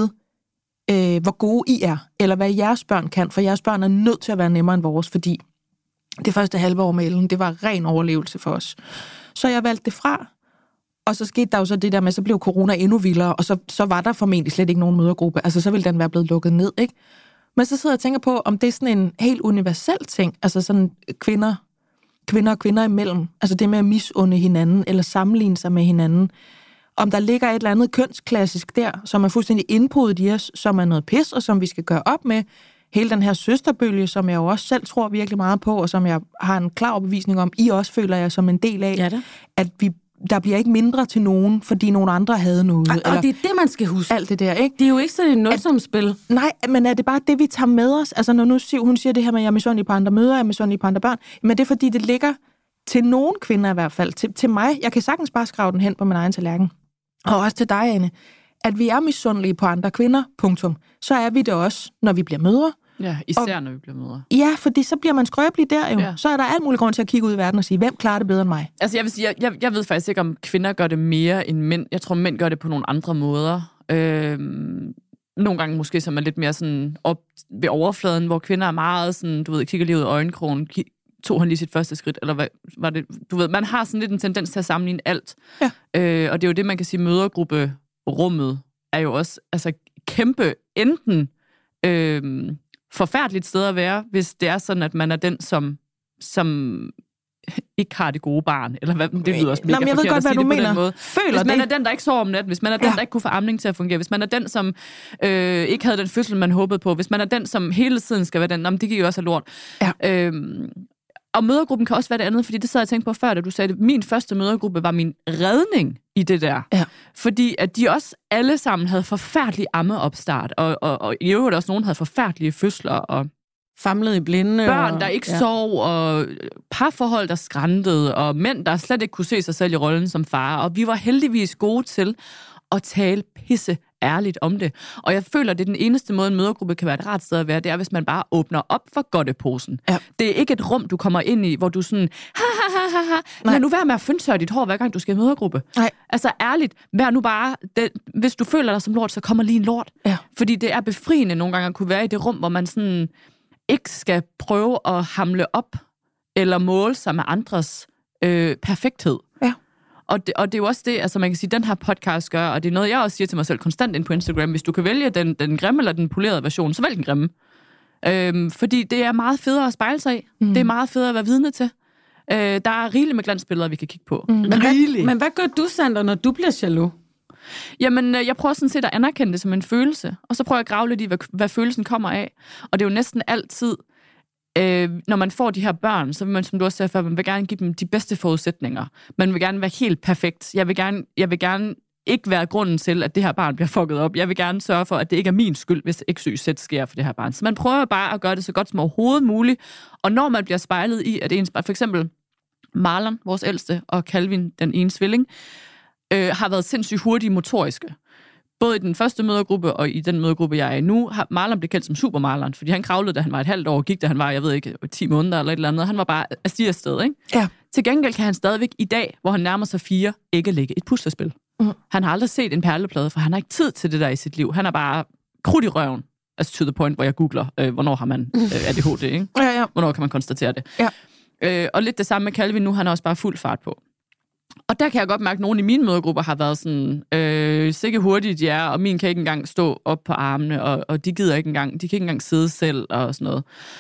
øh, hvor gode I er, eller hvad jeres børn kan, for jeres børn er nødt til at være nemmere end vores, fordi det første halve år med Ellen, det var ren overlevelse for os. Så jeg valgte det fra, og så skete der jo så det der med, så blev corona endnu vildere, og så, så var der formentlig slet ikke nogen mødergruppe. Altså, så ville den være blevet lukket ned, ikke? Men så sidder jeg og tænker på, om det er sådan en helt universel ting, altså sådan kvinder, kvinder og kvinder imellem, altså det med at misunde hinanden, eller sammenligne sig med hinanden. Om der ligger et eller andet kønsklassisk der, som er fuldstændig indpodet i os, som er noget pis, og som vi skal gøre op med. Hele den her søsterbølge, som jeg jo også selv tror virkelig meget på, og som jeg har en klar overbevisning om, I også føler jeg som en del af, ja, at vi der bliver ikke mindre til nogen, fordi nogen andre havde noget. Og, eller, og det er det, man skal huske. Alt det der, ikke? Det er jo ikke sådan et nulsumsspil. Nej, men er det bare det, vi tager med os? Altså, når nu Siv, hun siger det her med, at jeg er misundelig på andre mødre, jeg er misundelig på andre børn, men det er fordi, det ligger til nogle kvinder i hvert fald, til, til mig, jeg kan sagtens bare skrave den hen på min egen tallerken, og også til dig, Anne, at vi er misundelige på andre kvinder, punktum. Så er vi det også, når vi bliver mødre, Ja, især og, når vi bliver mødre. Ja, fordi så bliver man skrøbelig der jo. Ja. Så er der alt muligt grund til at kigge ud i verden og sige, hvem klarer det bedre end mig? Altså jeg vil sige, jeg, jeg, jeg ved faktisk ikke, om kvinder gør det mere end mænd. Jeg tror, mænd gør det på nogle andre måder. Øhm, nogle gange måske, som er lidt mere sådan op ved overfladen, hvor kvinder er meget sådan, du ved, kigger lige ud af øjenkrogen, tog han lige sit første skridt, eller hvad var det? Du ved, man har sådan lidt en tendens til at sammenligne alt. Ja. Øh, og det er jo det, man kan sige, mødergrupperummet er jo også altså kæmpe enten øh, forfærdeligt sted at være, hvis det er sådan, at man er den, som, som ikke har det gode barn, eller hvad, det lyder også mega Nå, jeg ved godt, hvad du mener. Føler hvis man det. er den, der ikke sover om nat, hvis man er den, ja. der ikke kunne få amning til at fungere, hvis man er den, som øh, ikke havde den fødsel, man håbede på, hvis man er den, som hele tiden skal være den, jamen, det gik jo også af lort. Ja. Øhm, og mødergruppen kan også være det andet, fordi det sad jeg tænkte på før, da du sagde det. Min første mødergruppe var min redning i det der. Ja. Fordi at de også alle sammen havde forfærdelig ammeopstart, og, og, og i øvrigt også nogen havde forfærdelige fødsler, og famlet i blinde. Børn, der ikke ja. sov, og parforhold, der skrantede, og mænd, der slet ikke kunne se sig selv i rollen som far. Og vi var heldigvis gode til at tale pisse ærligt om det. Og jeg føler, at det er den eneste måde, en mødergruppe kan være et rart sted at være, det er, hvis man bare åbner op for godteposen. Ja. Det er ikke et rum, du kommer ind i, hvor du sådan, ha, ha, ha, ha, ha. Lad nu være med at fyndtørre dit hår, hver gang du skal i mødergruppe. Nej. Altså ærligt, vær nu bare, det, hvis du føler dig som lort, så kommer lige en lort. Ja. Fordi det er befriende nogle gange at kunne være i det rum, hvor man sådan ikke skal prøve at hamle op eller måle sig med andres øh, perfekthed. Ja. Og det, og det er jo også det, altså man kan sige, den her podcast gør, og det er noget, jeg også siger til mig selv konstant ind på Instagram, hvis du kan vælge den, den grimme eller den polerede version, så vælg den grimme. Øhm, fordi det er meget federe at spejle sig i. Mm. Det er meget federe at være vidne til. Øh, der er rigeligt med glansbilleder, vi kan kigge på. Mm. Men, hvad, men hvad gør du, Sandra, når du bliver jaloux? Jamen, jeg prøver sådan set at anerkende det som en følelse, og så prøver jeg at grave lidt i, hvad, hvad følelsen kommer af. Og det er jo næsten altid, øh, når man får de her børn, så vil man, som du også sagde før, man vil gerne give dem de bedste forudsætninger. Man vil gerne være helt perfekt. Jeg vil gerne, jeg vil gerne ikke være grunden til, at det her barn bliver fucket op. Jeg vil gerne sørge for, at det ikke er min skyld, hvis X Y Z sker for det her barn. Så man prøver bare at gøre det så godt som overhovedet muligt. Og når man bliver spejlet i, at ens barn, for eksempel Marlon, vores ældste, og Calvin, den ene tvilling, øh, har været sindssygt hurtige motoriske. Både i den første mødergruppe og i den mødergruppe, jeg er i nu, har Marlon blevet kendt som Super Marlon, fordi han kravlede, da han var et halvt år, og gik, da han var, jeg ved ikke, ti måneder eller et eller andet. Han var bare afsted afsted, ikke? Ja. Til gengæld kan han stadigvæk i dag, hvor han nærmer sig fire, ikke lægge et puslespil. Mm. Han har aldrig set en perleplade, for han har ikke tid til det der i sit liv. Han er bare krudt i røven. Altså to the point, hvor jeg googler, øh, hvornår har man øh, A D H D, ikke? Ja, ja. Hvornår kan man konstatere det? Ja. Øh, og lidt det samme med Calvin nu, han har også bare fuld fart på. Og der kan jeg godt mærke, at nogle i mine mødergrupper har været sådan, øh, sikke hurtigt de er, og min kan ikke engang stå op på armene, og, og de gider ikke engang, de kan ikke engang sidde selv, og sådan noget.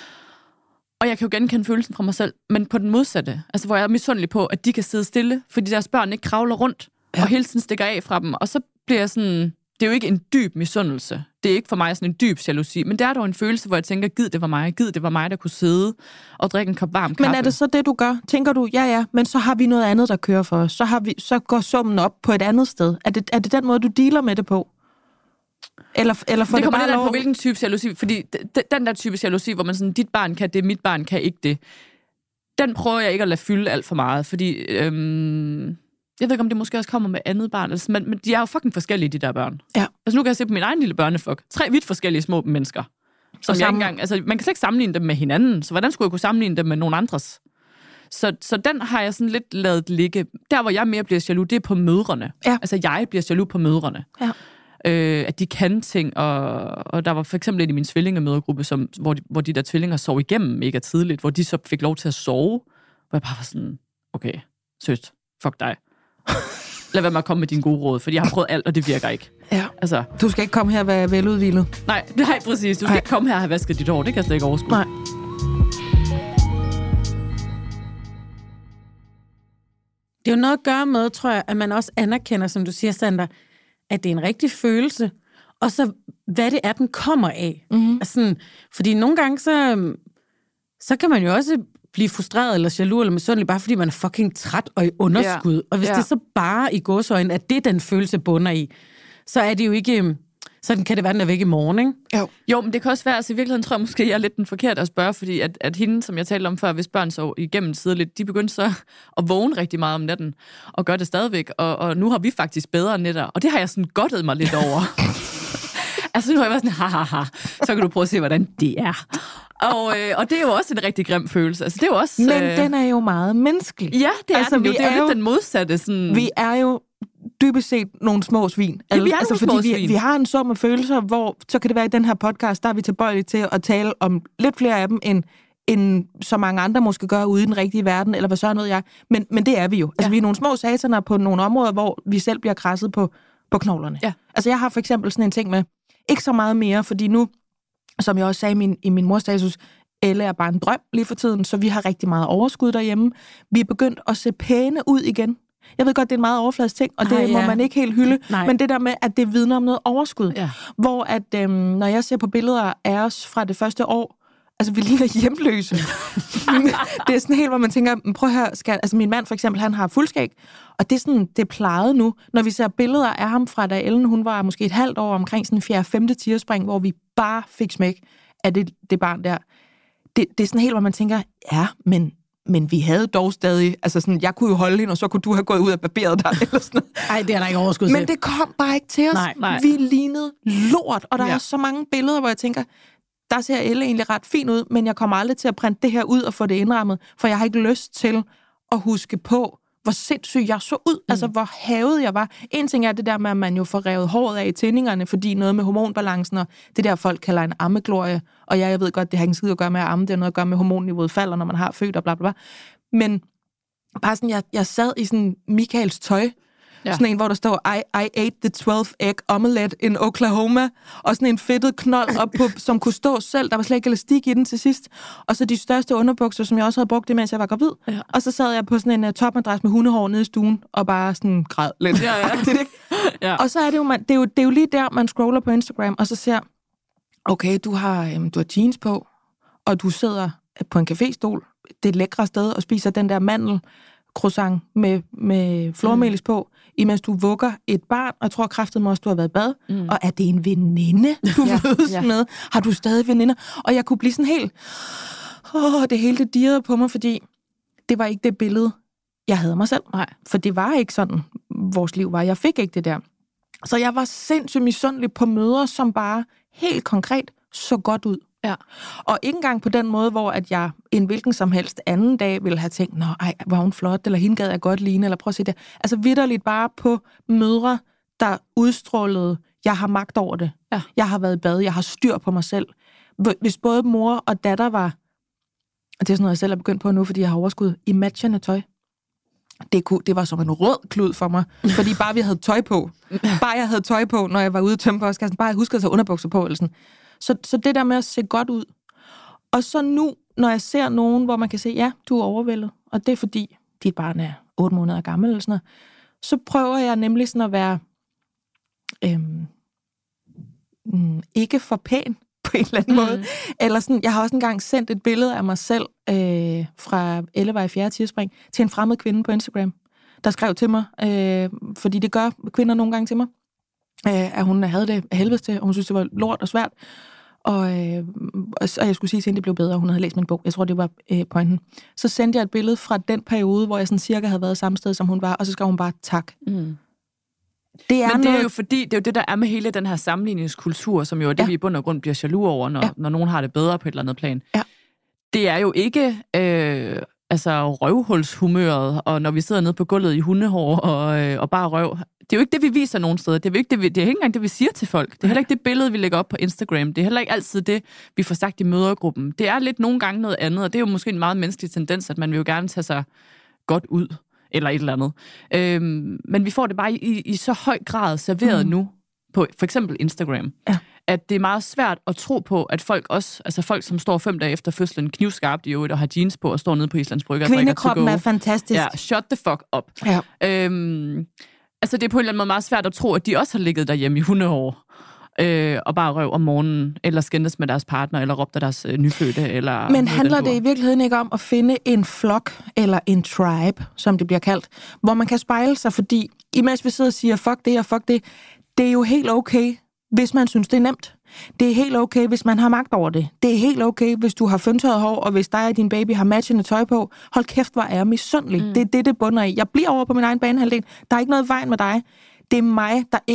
Og jeg kan jo genkende følelsen fra mig selv, men på den modsatte, altså hvor jeg er misundelig på, at de kan sidde stille, fordi deres børn ikke kravler rundt, ja. Og hele tiden stikker af fra dem, og så bliver jeg sådan, det er jo ikke en dyb misundelse, det er ikke for mig sådan en dyb jalousi, men det er dog en følelse, hvor jeg tænker, gid det var mig, gid det var mig, der kunne sidde og drikke en kop varm kaffe. Men er det så det, du gør? Tænker du, ja ja, men så har vi noget andet, der kører for os, så, har vi, så går summen op på et andet sted. Er det, er det den måde, du dealer med det på? Eller, eller får det, det kommer bare lidt lov? På hvilken type jalousi, fordi den der type jalousi, hvor man sådan, dit barn kan det, mit barn kan ikke det, den prøver jeg ikke at lade fylde alt for meget, fordi øhm, jeg ved ikke, om det måske også kommer med andet barn, altså, men, men de er jo fucking forskellige, de der børn. Ja. Altså nu kan jeg se på min egen lille børneflok, tre vidt forskellige små mennesker, som jeg ikke engang, altså man kan slet ikke sammenligne dem med hinanden, så hvordan skulle jeg kunne sammenligne dem med nogen andres? Så, så den har jeg sådan lidt ladet ligge. Der, hvor jeg mere bliver jaloux, det er på mødrene. Ja. Altså jeg bliver jaloux på mødrene. Ja. Øh, at de kan ting, og, og der var for eksempel en i min tvillingemødergruppe, som, hvor, de, hvor de der tvillinger sov igennem mega tidligt, hvor de så fik lov til at sove, hvor jeg bare var sådan, okay, søst, fuck dig. Lad være med at komme med dine gode råd, for jeg har prøvet alt, og det virker ikke. Ja. Altså, du skal ikke komme her og være veludhvilet. Nej, nej, præcis. Du skal nej. ikke komme her og have vasket dit hår, det kan jeg slet ikke overskue. Nej. Det er jo noget at gøre med, tror jeg, at man også anerkender, som du siger, Sandra, at det er en rigtig følelse, og så hvad det er, den kommer af. Mm-hmm. Altså, fordi nogle gange, så, så kan man jo også blive frustreret eller jaloux eller misundelig, bare fordi man er fucking træt og i underskud. Ja. Og hvis ja. det så bare i gåseøjne, at det den følelse bunder i, så er det jo ikke... Sådan kan det være, den er væk i morgen, ikke? Jo. Jo, men det kan også være, altså i virkeligheden tror jeg måske, jeg er lidt den forkerte at spørge, fordi at, at hende, som jeg talte om før, hvis børn så igennem tidligt, de begyndte så at vågne rigtig meget om natten, og gør det stadigvæk, og, og nu har vi faktisk bedre nætter, og det har jeg sådan godtet mig lidt over. Altså nu har jeg været sådan, hahaha, så kan du prøve at se, hvordan det er. Og, øh, og det er jo også en rigtig grim følelse. Altså, det er jo også, Men øh... den er jo meget menneskelig. Ja, det er altså, den jo. vi Det er, er jo jo lidt den modsatte. Sådan... Vi er jo dybest set nogle små svin. Ja, vi er altså, nogle fordi små vi, svin. vi har en sum af følelser, hvor så kan det være i den her podcast, der er vi tilbøjelige til at tale om lidt flere af dem, end, end så mange andre måske gør ude i den rigtige verden, eller hvad så noget jeg. Men, men det er vi jo. Altså, ja. vi er nogle små sataner på nogle områder, hvor vi selv bliver krasset på, på knoglerne. Ja. Altså, jeg har for eksempel sådan en ting med, ikke så meget mere, fordi nu, som jeg også sagde i min, i min mors status, Elle er bare en drøm lige for tiden, så vi har rigtig meget overskud derhjemme. Vi er begyndt at se pæne ud igen. Jeg ved godt, det er en meget overfladisk ting, og det Ej, ja. må man ikke helt hylde, Nej. men det der med, at det vidner om noget overskud. Ja. Hvor at, øhm, når jeg ser på billeder af os fra det første år, altså vi ligner hjemløse. Det er sådan helt, hvor man tænker, prøv at høre, skal, altså min mand for eksempel, han har fuldskæg, og det er sådan, det er plejet nu. Når vi ser billeder af ham fra da Ellen, hun var måske et halvt år omkring sådan en fjerde femte tierspring, hvor vi bare fik smæk af det, det barn der. Det, det er sådan helt, hvor man tænker, ja, men, men vi havde dog stadig, altså sådan, jeg kunne jo holde hende, og så kunne du have gået ud af barberet dig, eller sådan noget. Ej, det er der ikke overskud til. Men det kom bare ikke til os. Nej, nej. Vi lignede lort, og der Ja. er så mange billeder, hvor jeg tænker, der ser Elle egentlig ret fint ud, men jeg kommer aldrig til at printe det her ud og få det indrammet, for jeg har ikke lyst til at huske på, hvor sindssygt jeg så ud, mm. altså hvor havet jeg var. En ting er det der med, at man jo får revet håret af i tændingerne, fordi noget med hormonbalancen, og det der folk kalder en ammeglorie, og ja, jeg ved godt, det har ikke en skid at gøre med at amme, det har noget at gøre med hormonniveauet falder, når man har født og bla bla bla. Men bare sådan, jeg, jeg sad i sådan Michaels tøj, ja. Sådan en, hvor der står, I, I ate the twelve egg omelette in Oklahoma, og sådan en fedtet knold op på, som kunne stå selv. Der var slet ikke elastik i den til sidst. Og så de største underbukser, som jeg også havde brugt det, mens jeg var gravid. Ja. Og så sad jeg på sådan en uh, topmadras med hundehår nede i stuen, og bare sådan græd lidt. Ja, ja. det, ikke? Ja. Og så er det jo, man, det er jo, det er jo lige der, man scroller på Instagram, og så ser, okay, du har, øhm, du har jeans på, og du sidder på en caféstol, det er et lækre sted, og spiser den der mandel, croissant med, med flormelis mm. på, imens du vugger et barn, og jeg tror kraftedeme også, du har været i bad. Mm. Og er det en veninde, du ja, mødes ja. med? Har du stadig veninder? Og jeg kunne blive sådan helt... Åh, det hele det dirrede på mig, fordi det var ikke det billede, jeg havde mig selv. Nej. For det var ikke sådan, vores liv var. Jeg fik ikke det der. Så jeg var sindssygt misundelig på møder, som bare helt konkret så godt ud. Ja. Og ikke engang på den måde, hvor at jeg en hvilken som helst anden dag ville have tænkt, nå, ej, var hun flot, eller hende gad jeg godt ligne, eller prøv at se det. Altså vitterligt bare på mødre, der udstrålede, jeg har magt over det. Ja. Jeg har været i bad, jeg har styr på mig selv. Hvis både mor og datter var, og det er sådan noget, jeg selv er begyndt på nu, fordi jeg har overskud, i matchende tøj. Det, kunne, det var som en rød klud for mig, fordi bare vi havde tøj på. Bare jeg havde tøj på, når jeg var ude og tømme postkassen. Bare jeg huskede at tage underbukser på, eller sådan. Så, så det der med at se godt ud. Og så nu, når jeg ser nogen, hvor man kan se, ja, du er overvældet, og det er fordi, dit barn er otte måneder gammel, eller sådan noget, så prøver jeg nemlig sådan at være øhm, mm, ikke for pæn på en eller anden mm. måde. Eller sådan, jeg har også engang sendt et billede af mig selv øh, fra Elle var i fjerde tierspring til en fremmed kvinde på Instagram, der skrev til mig, øh, fordi det gør kvinder nogle gange til mig, øh, at hun havde det af helvedes til, og hun synes, det var lort og svært. Og, øh, og jeg skulle sige til hende, det blev bedre, og hun havde læst min bog. Jeg tror, det var øh, pointen. Så sendte jeg et billede fra den periode, hvor jeg sådan cirka havde været samme sted, som hun var, og så skrev hun bare tak. Mm. Det er Men det noget... er jo fordi, det er jo det, der er med hele den her sammenligningskultur, som jo er det, ja. vi i bund og grund bliver jaloux over, når, ja. når nogen har det bedre på et eller andet plan. Ja. Det er jo ikke øh, altså røvhulshumøret, og når vi sidder nede på gulvet i hundehår og, øh, og bare røv. Det er jo ikke det, vi viser nogen steder. Det er, ikke det, vi, det er ikke engang det, vi siger til folk. Det er heller ikke det billede, vi lægger op på Instagram. Det er heller ikke altid det, vi får sagt i mødergruppen. Det er lidt nogle gange noget andet, og det er jo måske en meget menneskelig tendens, at man vil jo gerne tage sig godt ud, eller et eller andet. Øhm, men vi får det bare i, i så høj grad serveret mm. nu, på for eksempel Instagram, ja. at det er meget svært at tro på, at folk også, altså folk, som står fem dage efter fødslen, knivskarpt i øvrigt, og har jeans på, og står nede på Islands Brygge og drikker to go. Kvindekroppen er fantastisk. Ja, shut the fuck up. Ja. Øhm, altså, det er på en eller anden måde meget svært at tro, at de også har ligget derhjemme i hundehår, øh, og bare røv om morgenen, eller skændes med deres partner, eller råbt af deres øh, nyfødte, eller... Men handler det i virkeligheden ikke om at finde en flok, eller en tribe, som det bliver kaldt, hvor man kan spejle sig, fordi imens vi sidder og siger, fuck det og fuck det, det er jo helt okay, hvis man synes, det er nemt. Det er helt okay, hvis man har magt over det. Det er helt okay, hvis du har fyndtørret hår, og hvis dig og din baby har matchende tøj på. Hold kæft, hvor er jeg misundelig. Mm. Det er det, det bunder i. Jeg bliver over på min egen banehalvdel. Der er ikke noget vejen med dig. Det er mig, der ikke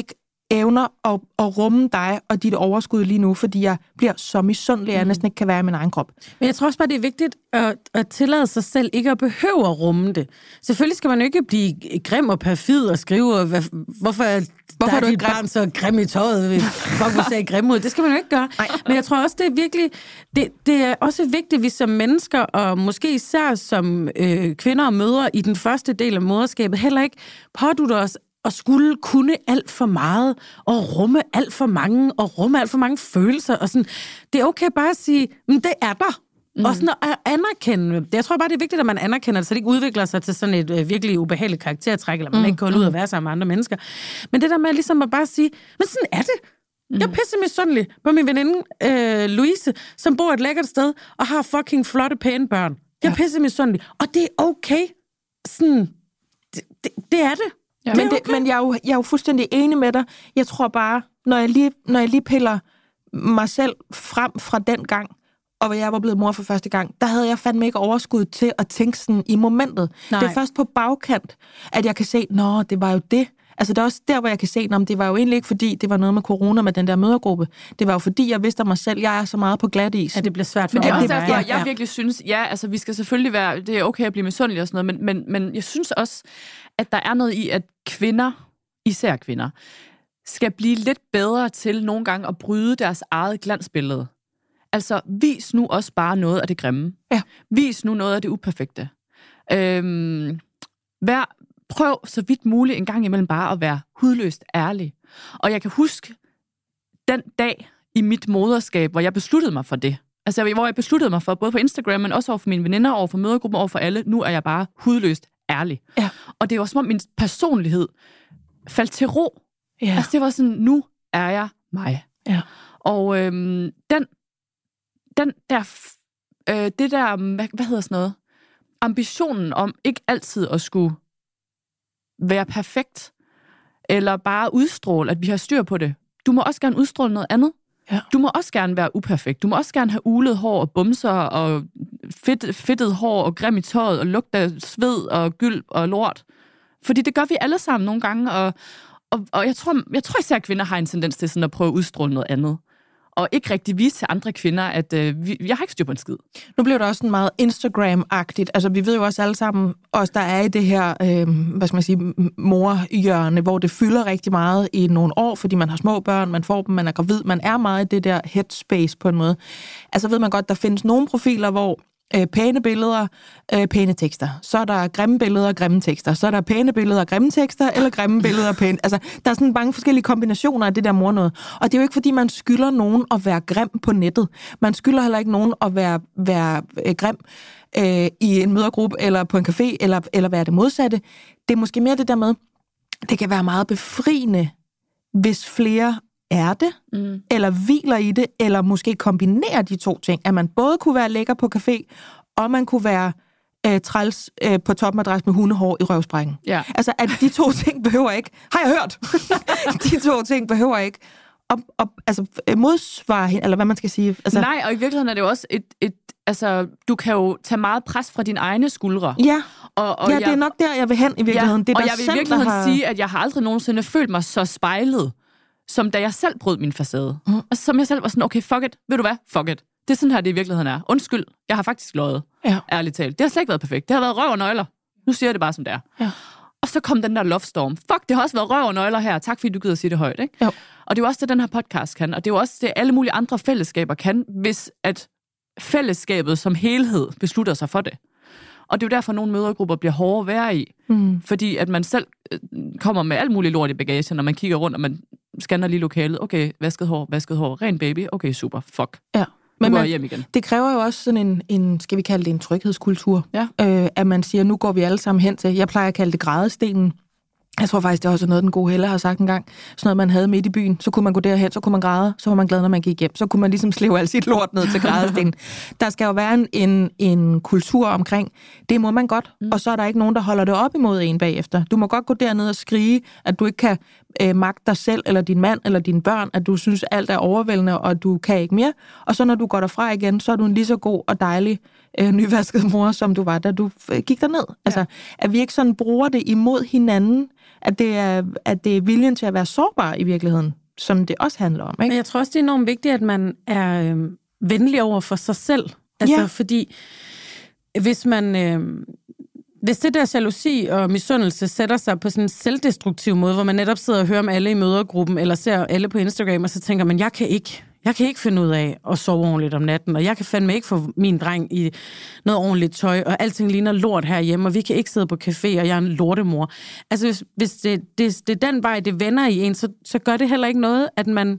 evner at, at rumme dig og dit overskud lige nu, fordi jeg bliver så misundelig, at jeg næsten ikke kan være i min egen krop. Men jeg tror også bare, det er vigtigt at, at tillade sig selv ikke at behøve at rumme det. Selvfølgelig skal man jo ikke blive grim og perfid og skrive, hvad, hvorfor, hvorfor er dit barn så grim i tøjet? Hvorfor ser grim ud? Det skal man jo ikke gøre. Nej. Men jeg tror også, det er virkelig, det, det er også vigtigt, at vi som mennesker, og måske især som øh, kvinder og mødre i den første del af moderskabet, heller ikke pådutter os og skulle kunne alt for meget, og rumme alt for mange, og rumme alt for mange følelser, og sådan. Det er okay bare at sige, men det er der. Mm. Og sådan at anerkende det. Jeg tror bare, det er vigtigt, at man anerkender det, så det ikke udvikler sig til sådan et øh, virkelig ubehageligt karaktertræk, eller man mm. ikke kan ud og være sammen med andre mennesker. Men det der med ligesom at bare sige, men sådan er det. Jeg er pisse misundelig på min veninde øh, Louise, som bor et lækkert sted, og har fucking flotte, pæne børn. Jeg er ja. pisse misundelig. Og det er okay. Sådan, det, det, det er det. Ja. Men, det, okay. men jeg, er jo, jeg er jo fuldstændig enig med dig. Jeg tror bare, når jeg lige, når jeg lige piller mig selv frem fra den gang, og hvor jeg var blevet mor for første gang, der havde jeg fandme ikke overskud til at tænke sådan i momentet. Nej. Det er først på bagkant, at jeg kan se, nå, det var jo det. Altså det er også der, hvor jeg kan se, at det var jo egentlig ikke, fordi det var noget med corona med den der mødergruppe. Det var jo fordi, jeg vidste af mig selv, at jeg er så meget på glat is. Ja, det bliver svært for men det er mig. også derfor, jeg, jeg virkelig synes, ja, altså vi skal selvfølgelig være, det er okay at blive misundelig og sådan noget, men, men, men jeg synes også, at der er noget i, at kvinder, især kvinder, skal blive lidt bedre til nogle gange at bryde deres eget glansbillede. Altså, vis nu også bare noget af det grimme. Ja. Vis nu noget af det uperfekte. Øhm, vær, prøv så vidt muligt en gang imellem bare at være hudløst ærlig. Og jeg kan huske den dag i mit moderskab, hvor jeg besluttede mig for det. Altså, hvor jeg besluttede mig for, både på Instagram, men også over for mine veninder, over for mødergruppen, over for alle, nu er jeg bare hudløst ærlig. Ja. Og det var som om min personlighed faldt til ro. Ja. Altså, det var sådan, nu er jeg mig. Ja. Og øhm, den Den der, øh, det der, hvad, hvad hedder sådan noget, ambitionen om ikke altid at skulle være perfekt, eller bare udstråle, at vi har styr på det. Du må også gerne udstråle noget andet. Ja. Du må også gerne være uperfekt. Du må også gerne have ulet hår og bumser og fedt, fedtet hår og grim i tøjet og lugt af sved og gyld og lort. Fordi det gør vi alle sammen nogle gange, og, og, og jeg, tror, jeg tror især, at kvinder har en tendens til sådan at prøve at udstråle noget andet. Og ikke rigtig vise til andre kvinder, at øh, vi, jeg har ikke styr på en skid. Nu bliver det også sådan meget Instagram-agtigt. Altså, vi ved jo også alle sammen, os der er i det her, øh, hvad skal man sige, morhjørne, hvor det fylder rigtig meget i nogle år, fordi man har små børn, man får dem, man er gravid, man er meget i det der headspace på en måde. Altså ved man godt, der findes nogle profiler, hvor Øh, pæne billeder, øh, pæne tekster. Så er der grimme billeder, grimme tekster. Så er der pæne billeder, grimme tekster, eller grimme billeder, pæne... Altså, der er sådan mange forskellige kombinationer af det der mor noget. Og det er jo ikke, fordi man skylder nogen at være grim på nettet. Man skylder heller ikke nogen at være, være øh, grim øh, i en mødergruppe, eller på en café, eller, eller være det modsatte. Det er måske mere det der med, det kan være meget befriende, hvis flere er det, mm. eller hviler i det, eller måske kombinerer de to ting. At man både kunne være lækker på café, og man kunne være øh, træls øh, på topmadras med hundehår i røvsprækken. Ja. Altså, at de to ting behøver ikke... Har jeg hørt? De to ting behøver ikke at, at, altså, modsvare, eller hvad man skal sige. Altså, nej, og i virkeligheden er det jo også et... et altså, du kan jo tage meget pres fra dine egne skuldre. Ja, og, og ja jeg, det er nok der, jeg vil hen i virkeligheden. Ja, det er og jeg vil i virkeligheden har... sige, at jeg har aldrig nogensinde følt mig så spejlet, som da jeg selv brød min facade. Mm. Altså, som jeg selv var sådan, okay, fuck it. Ved du hvad? Fuck it. Det er sådan her, det i virkeligheden er. Undskyld, jeg har faktisk løjet. Ja. Ærligt talt. Det har slet ikke været perfekt. Det har været røv og nøgler. Nu siger jeg det bare, som det er. Ja. Og så kom den der love storm. Fuck, det har også været røv og nøgler her. Tak, fordi du gider at sige det højt, ikke? Jo. Og det er jo også det, den her podcast kan. Og det er jo også det, alle mulige andre fællesskaber kan, hvis at fællesskabet som helhed beslutter sig for det. Og det er jo derfor, at nogle mødergrupper bliver hårde at være i. Mm. Fordi at man selv kommer med alt muligt lort i bagagen, når man kigger rundt, og man scanner lige lokalet. Okay, vasket hår, vasket hår, ren baby. Okay, super, fuck. Ja. Men man, hjem igen. Det kræver jo også sådan en, en, skal vi kalde det en tryghedskultur. Ja. Øh, at man siger, nu går vi alle sammen hen til, jeg plejer at kalde det grædestenen. Jeg tror faktisk, det er også noget, den gode Helle har sagt engang. Sådan noget, man havde midt i byen. Så kunne man gå derhen, så kunne man græde, så var man glad, når man gik hjem. Så kunne man ligesom slæve alt sit lort ned til grædestenen. Der skal jo være en, en, en kultur omkring, det må man godt. Mm. Og så er der ikke nogen, der holder det op imod en bagefter. Du må godt gå derned og skrige, at du ikke kan øh, magte dig selv, eller din mand, eller dine børn, at du synes, alt er overvældende, og du kan ikke mere. Og så når du går derfra igen, så er du en lige så god og dejlig øh, nyvasket mor, som du var, da du øh, gik derned. Ja. Altså, at vi ikke sådan bruger det imod hinanden, at det er, at det er viljen til at være sårbar i virkeligheden, som det også handler om. Ikke? Men jeg tror også, det er enormt vigtigt, at man er øh, venlig over for sig selv. Altså, Ja. fordi hvis man... Øh, Hvis det der jalousi og misundelse sætter sig på sådan en selvdestruktiv måde, hvor man netop sidder og hører om alle i mødergruppen, eller ser alle på Instagram, og så tænker man, jeg kan ikke, jeg kan ikke finde ud af at sove ordentligt om natten, og jeg kan fandme ikke få min dreng i noget ordentligt tøj, og alting ligner lort herhjemme, og vi kan ikke sidde på café, og jeg er en lortemor. Altså, hvis, hvis det, det, det er den vej, det vender i en, så, så gør det heller ikke noget, at man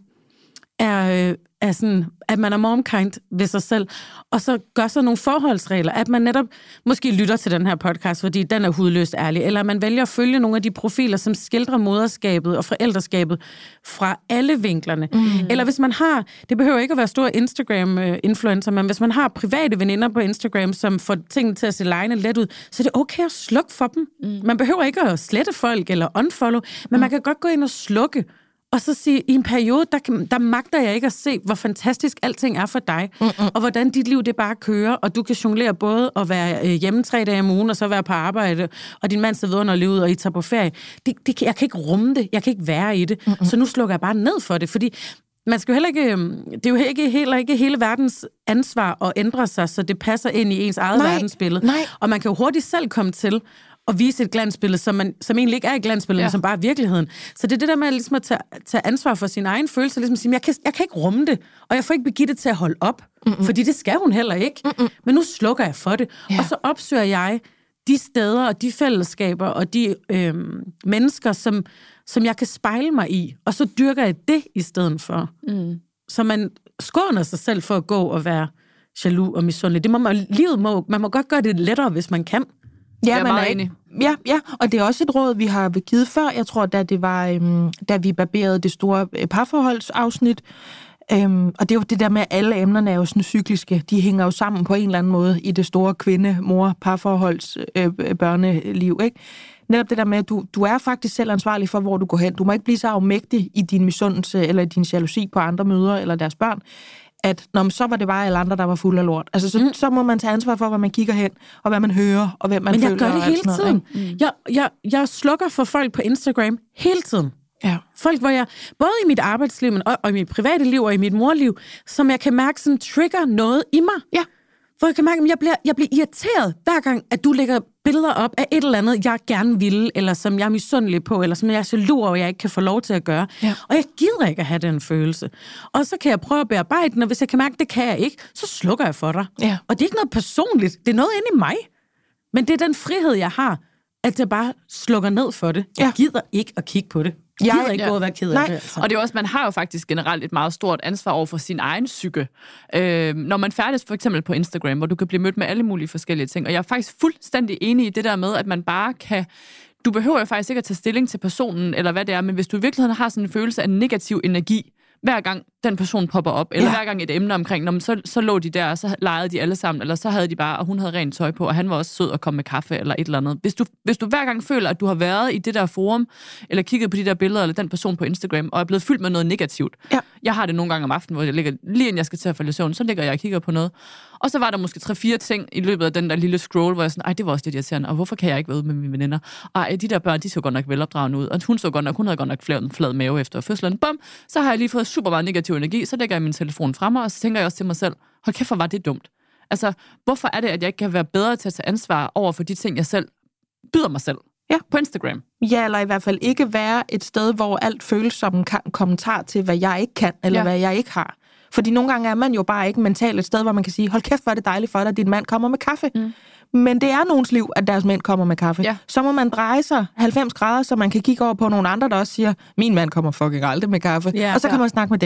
er... Øh, er sådan, at man er momkind ved sig selv, og så gør sig nogle forholdsregler, at man netop måske lytter til den her podcast, fordi den er hudløst ærlig, eller man vælger at følge nogle af de profiler, som skildrer moderskabet og forældreskabet fra alle vinklerne. Mm. Eller hvis man har, det behøver ikke at være store Instagram-influencer, men hvis man har private veninder på Instagram, som får tingene til at se lejende let ud, så er det okay at slukke for dem. Mm. Man behøver ikke at slette folk eller unfollow, men mm. man kan godt gå ind og slukke, og så sige, i en periode, der, kan, der magter jeg ikke at se, hvor fantastisk alting er for dig, Mm-mm. og hvordan dit liv det bare kører, og du kan jonglere både at være øh, hjemme tre dage om ugen, og så være på arbejde, og din mand sidder videre livet, og I tager på ferie. Det, det, jeg kan ikke rumme det, jeg kan ikke være i det, Mm-mm. så nu slukker jeg bare ned for det, fordi man skal jo heller ikke, det er jo ikke, heller ikke hele verdens ansvar at ændre sig, så det passer ind i ens eget Nej. verdensbillede. Nej. Og man kan jo hurtigt selv komme til og vise et glansbillede, som, man, som egentlig ikke er et glansbillede, ja. men som bare er virkeligheden. Så det er det der med ligesom at tage, tage ansvar for sin egen følelse, ligesom at sige, jeg kan, jeg kan ikke rumme det, og jeg får ikke Birgitte til at holde op, Mm-mm. fordi det skal hun heller ikke. Mm-mm. Men nu slukker jeg for det, ja. og så opsøger jeg de steder og de fællesskaber og de øh, mennesker, som, som jeg kan spejle mig i, og så dyrker jeg det i stedet for. Mm. Så man skåner sig selv for at gå og være jaloux og misundelig. Det må man, livet må, man må godt gøre det lettere, hvis man kan. Ja, jeg er man meget er enig. Ja, ja, og det er også et råd, vi har givet før. Jeg tror, da det var, øhm, da vi barberede det store øh, parforholdsafsnit. Øhm, og det er jo det der med, at alle emnerne er jo sådan cykliske. De hænger jo sammen på en eller anden måde i det store kvinde-mor-parforholds øh, børneliv, ikke? Netop det der med, at du, du er faktisk selv ansvarlig for, hvor du går hen. Du må ikke blive så afmægtig i din misundelse eller din jalousi på andre mødre eller deres børn, at når så var det bare alle andre, der var fuld af lort. Altså, så, mm. så må man tage ansvar for, hvor man kigger hen, og hvad man hører, og hvem man Men følger. jeg gør det hele tiden. Mm. Jeg, jeg, jeg slukker for folk på Instagram hele tiden. Ja. Folk, hvor jeg, både i mit arbejdsliv, men og, og i mit private liv, og i mit morliv, som jeg kan mærke sådan trigger noget i mig. Ja. Hvor jeg kan mærke, at jeg bliver, jeg bliver irriteret, hver gang, at du lægger billeder op af et eller andet, jeg gerne vil, eller som jeg er misundelig på, eller som jeg er jaloux over, og jeg ikke kan få lov til at gøre. Ja. Og jeg gider ikke at have den følelse. Og så kan jeg prøve at bearbejde den, og hvis jeg kan mærke, at det kan jeg ikke, så slukker jeg for dig. Ja. Og det er ikke noget personligt, det er noget inde i mig. Men det er den frihed, jeg har, at jeg bare slukker ned for det. Jeg ja. gider ikke at kigge på det. Jeg gider ikke ja. gå og være ked af det. Altså. Og det er også, man har jo faktisk generelt et meget stort ansvar over for sin egen psyke. Øh, når man færdes for eksempel på Instagram, hvor du kan blive mødt med alle mulige forskellige ting. Og jeg er faktisk fuldstændig enig i det der med, at man bare kan... Du behøver jo faktisk ikke at tage stilling til personen, eller hvad det er, men hvis du i virkeligheden har sådan en følelse af negativ energi, hver gang den person popper op, eller ja. hver gang et emne omkring, når man så, så lå de der, og så legede de alle sammen, eller så havde de bare, og hun havde rent tøj på, og han var også sød og kom med kaffe, eller et eller andet. Hvis du, hvis du hver gang føler, at du har været i det der forum, eller kigget på de der billeder, eller den person på Instagram, og er blevet fyldt med noget negativt. Ja. Jeg har det nogle gange om aftenen, hvor jeg ligger, lige inden jeg skal til at falde i søvn, så ligger jeg og kigger på noget. Og så var der måske tre-fire ting i løbet af den der lille scroll, hvor jeg sådan, ej, det var også det irriterende, og hvorfor kan jeg ikke være ude med mine veninder? Ej, de der børn, de så godt nok velopdragende ud, og hun så godt nok, hun havde godt nok flad, flad mave efter fødslen. Bum, så har jeg lige fået super meget negativ energi, så lægger jeg min telefon frem, og så tænker jeg også til mig selv, hold kæft, hvor var det dumt. Altså, hvorfor er det, at jeg ikke kan være bedre til at tage ansvar over for de ting, jeg selv byder mig selv ja. på Instagram? Ja, eller i hvert fald ikke være et sted, hvor alt føles som en kommentar til, hvad jeg ikke kan, eller ja. hvad jeg ikke har. Fordi nogle gange er man jo bare ikke mentalt et sted, hvor man kan sige, hold kæft, hvor er det dejligt for dig, at din mand kommer med kaffe. Mm. Men det er nogens liv, at deres mænd kommer med kaffe. Ja. Så må man dreje sig halvfems grader, så man kan kigge over på nogle andre, der også siger, min mand kommer fucking aldrig med kaffe. Ja, og så kan ja. man snakke med dem.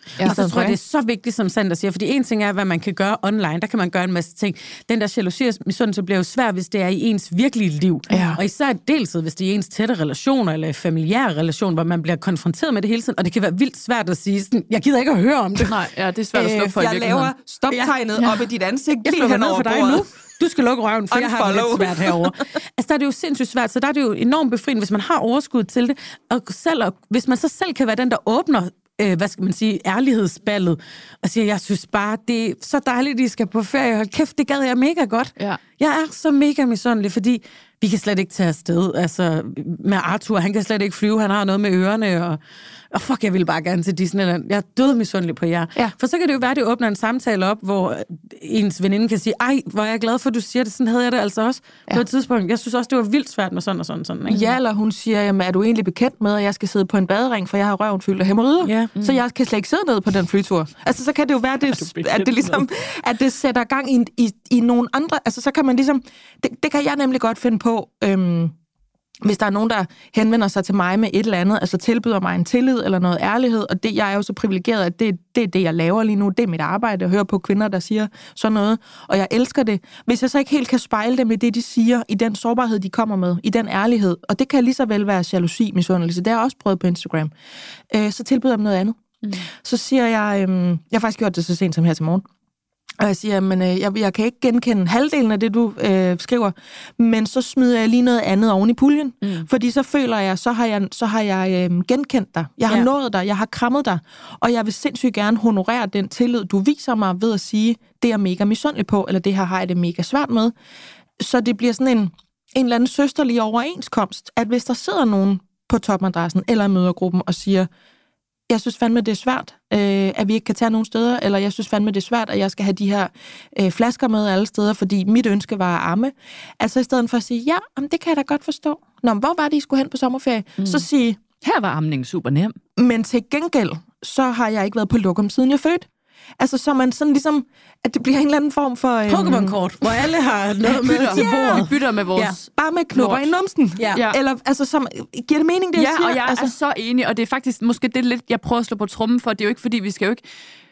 Ja, og så tror jeg, det er så vigtigt, som Sander siger, fordi en ting er, hvad man kan gøre online, der kan man gøre en masse ting. Den der jalousi og misundelse bliver jo svært, hvis det er i ens virkelige liv. Ja. Og især deltid, hvis det er i ens tætte relationer, eller familiære relationer, hvor man bliver konfronteret med det hele tiden, og det kan være vildt svært at sige sådan, jeg gider ikke at høre om det. Nej, ja, det er svært at slukke for i Jeg virkeligheden. laver stoptegnet ja. op i dit ansigt, jeg lige hen over for dig bordet. nu. Du skal lukke røven, for jeg har det lidt svært herovre. Altså, der er det jo sindssygt svært, så der er det jo enormt befriende, hvis man har overskud til det, og selv, og hvis man så selv kan være den, der åbner, øh, hvad skal man sige, ærlighedsballet, og siger, jeg synes bare, det er så dejligt, I skal på ferie, hold kæft, det gad jeg mega godt. Ja. Jeg er så mega misundelig, fordi vi kan slet ikke tage afsted. Altså, med Arthur, han kan slet ikke flyve, han har noget med ørerne, og, og fuck, jeg vil bare gerne til Disneyland. Jeg er død misundelig på jer. Ja. For så kan det jo være, at det åbner en samtale op, hvor ens veninde kan sige, ej, hvor er jeg glad for, at du siger det. Sådan havde jeg det altså også ja. på et tidspunkt. Jeg synes også, det var vildt svært med sådan og sådan. sådan ikke? Ja, eller hun siger, jamen, er du egentlig bekendt med, at jeg skal sidde på en badering, for jeg har røven fyldt af hæmorrider? Ja. Mm. Så jeg kan slet ikke sidde ned på den flytur. Altså, så kan det jo være, det, at, det ligesom, at det sætter gang i, i, i nogle andre... Altså, så kan man ligesom... Det, det kan jeg nemlig godt finde på... Øhm, hvis der er nogen, der henvender sig til mig med et eller andet, altså tilbyder mig en tillid eller noget ærlighed, og det, jeg er jo så privilegeret, at det, det er det, jeg laver lige nu, det er mit arbejde, at høre på kvinder, der siger sådan noget, og jeg elsker det. Hvis jeg så ikke helt kan spejle dem i det, de siger, i den sårbarhed, de kommer med, i den ærlighed, og det kan lige så vel være jalousi, misundelse, det har jeg også prøvet på Instagram, øh, så tilbyder jeg dem noget andet. Mm. Så siger jeg, øh, jeg har faktisk gjort det så sent som her til morgen, og jeg siger, men øh, jeg, jeg kan ikke genkende halvdelen af det, du øh, skriver, men så smider jeg lige noget andet oven i puljen, mm. fordi så føler jeg, så har jeg, så har jeg øh, genkendt dig, jeg har ja. nået dig, jeg har krammet dig, og jeg vil sindssygt gerne honorere den tillid, du viser mig ved at sige, det er jeg mega misundelig på, eller det her har jeg det mega svært med. Så det bliver sådan en, en eller anden søsterlig overenskomst, at hvis der sidder nogen på topadressen eller i mødergruppen og siger, jeg synes fandme, det er svært, øh, at vi ikke kan tage nogen steder, eller jeg synes fandme, det er svært, at jeg skal have de her øh, flasker med alle steder, fordi mit ønske var at amme. Altså i stedet for at sige, ja, jamen, det kan jeg da godt forstå. Nå, hvor var det, I skulle hen på sommerferie? Mm. Så sige, her var amningen super nem. Men til gengæld, så har jeg ikke været på lokum, siden jeg fødte. Altså, så man sådan ligesom, at det bliver en eller anden form for... Øhm, Pokémon-kort, hvor alle har noget med til bordet. Vi bytter med vores... Ja, bare med knopper i numsen. Ja. Eller, altså, som, giver det mening, det ja, jeg siger? Ja, og jeg altså. er så enig, og det er faktisk måske det lidt, jeg prøver at slå på trummen for. Det er jo ikke, fordi vi skal jo ikke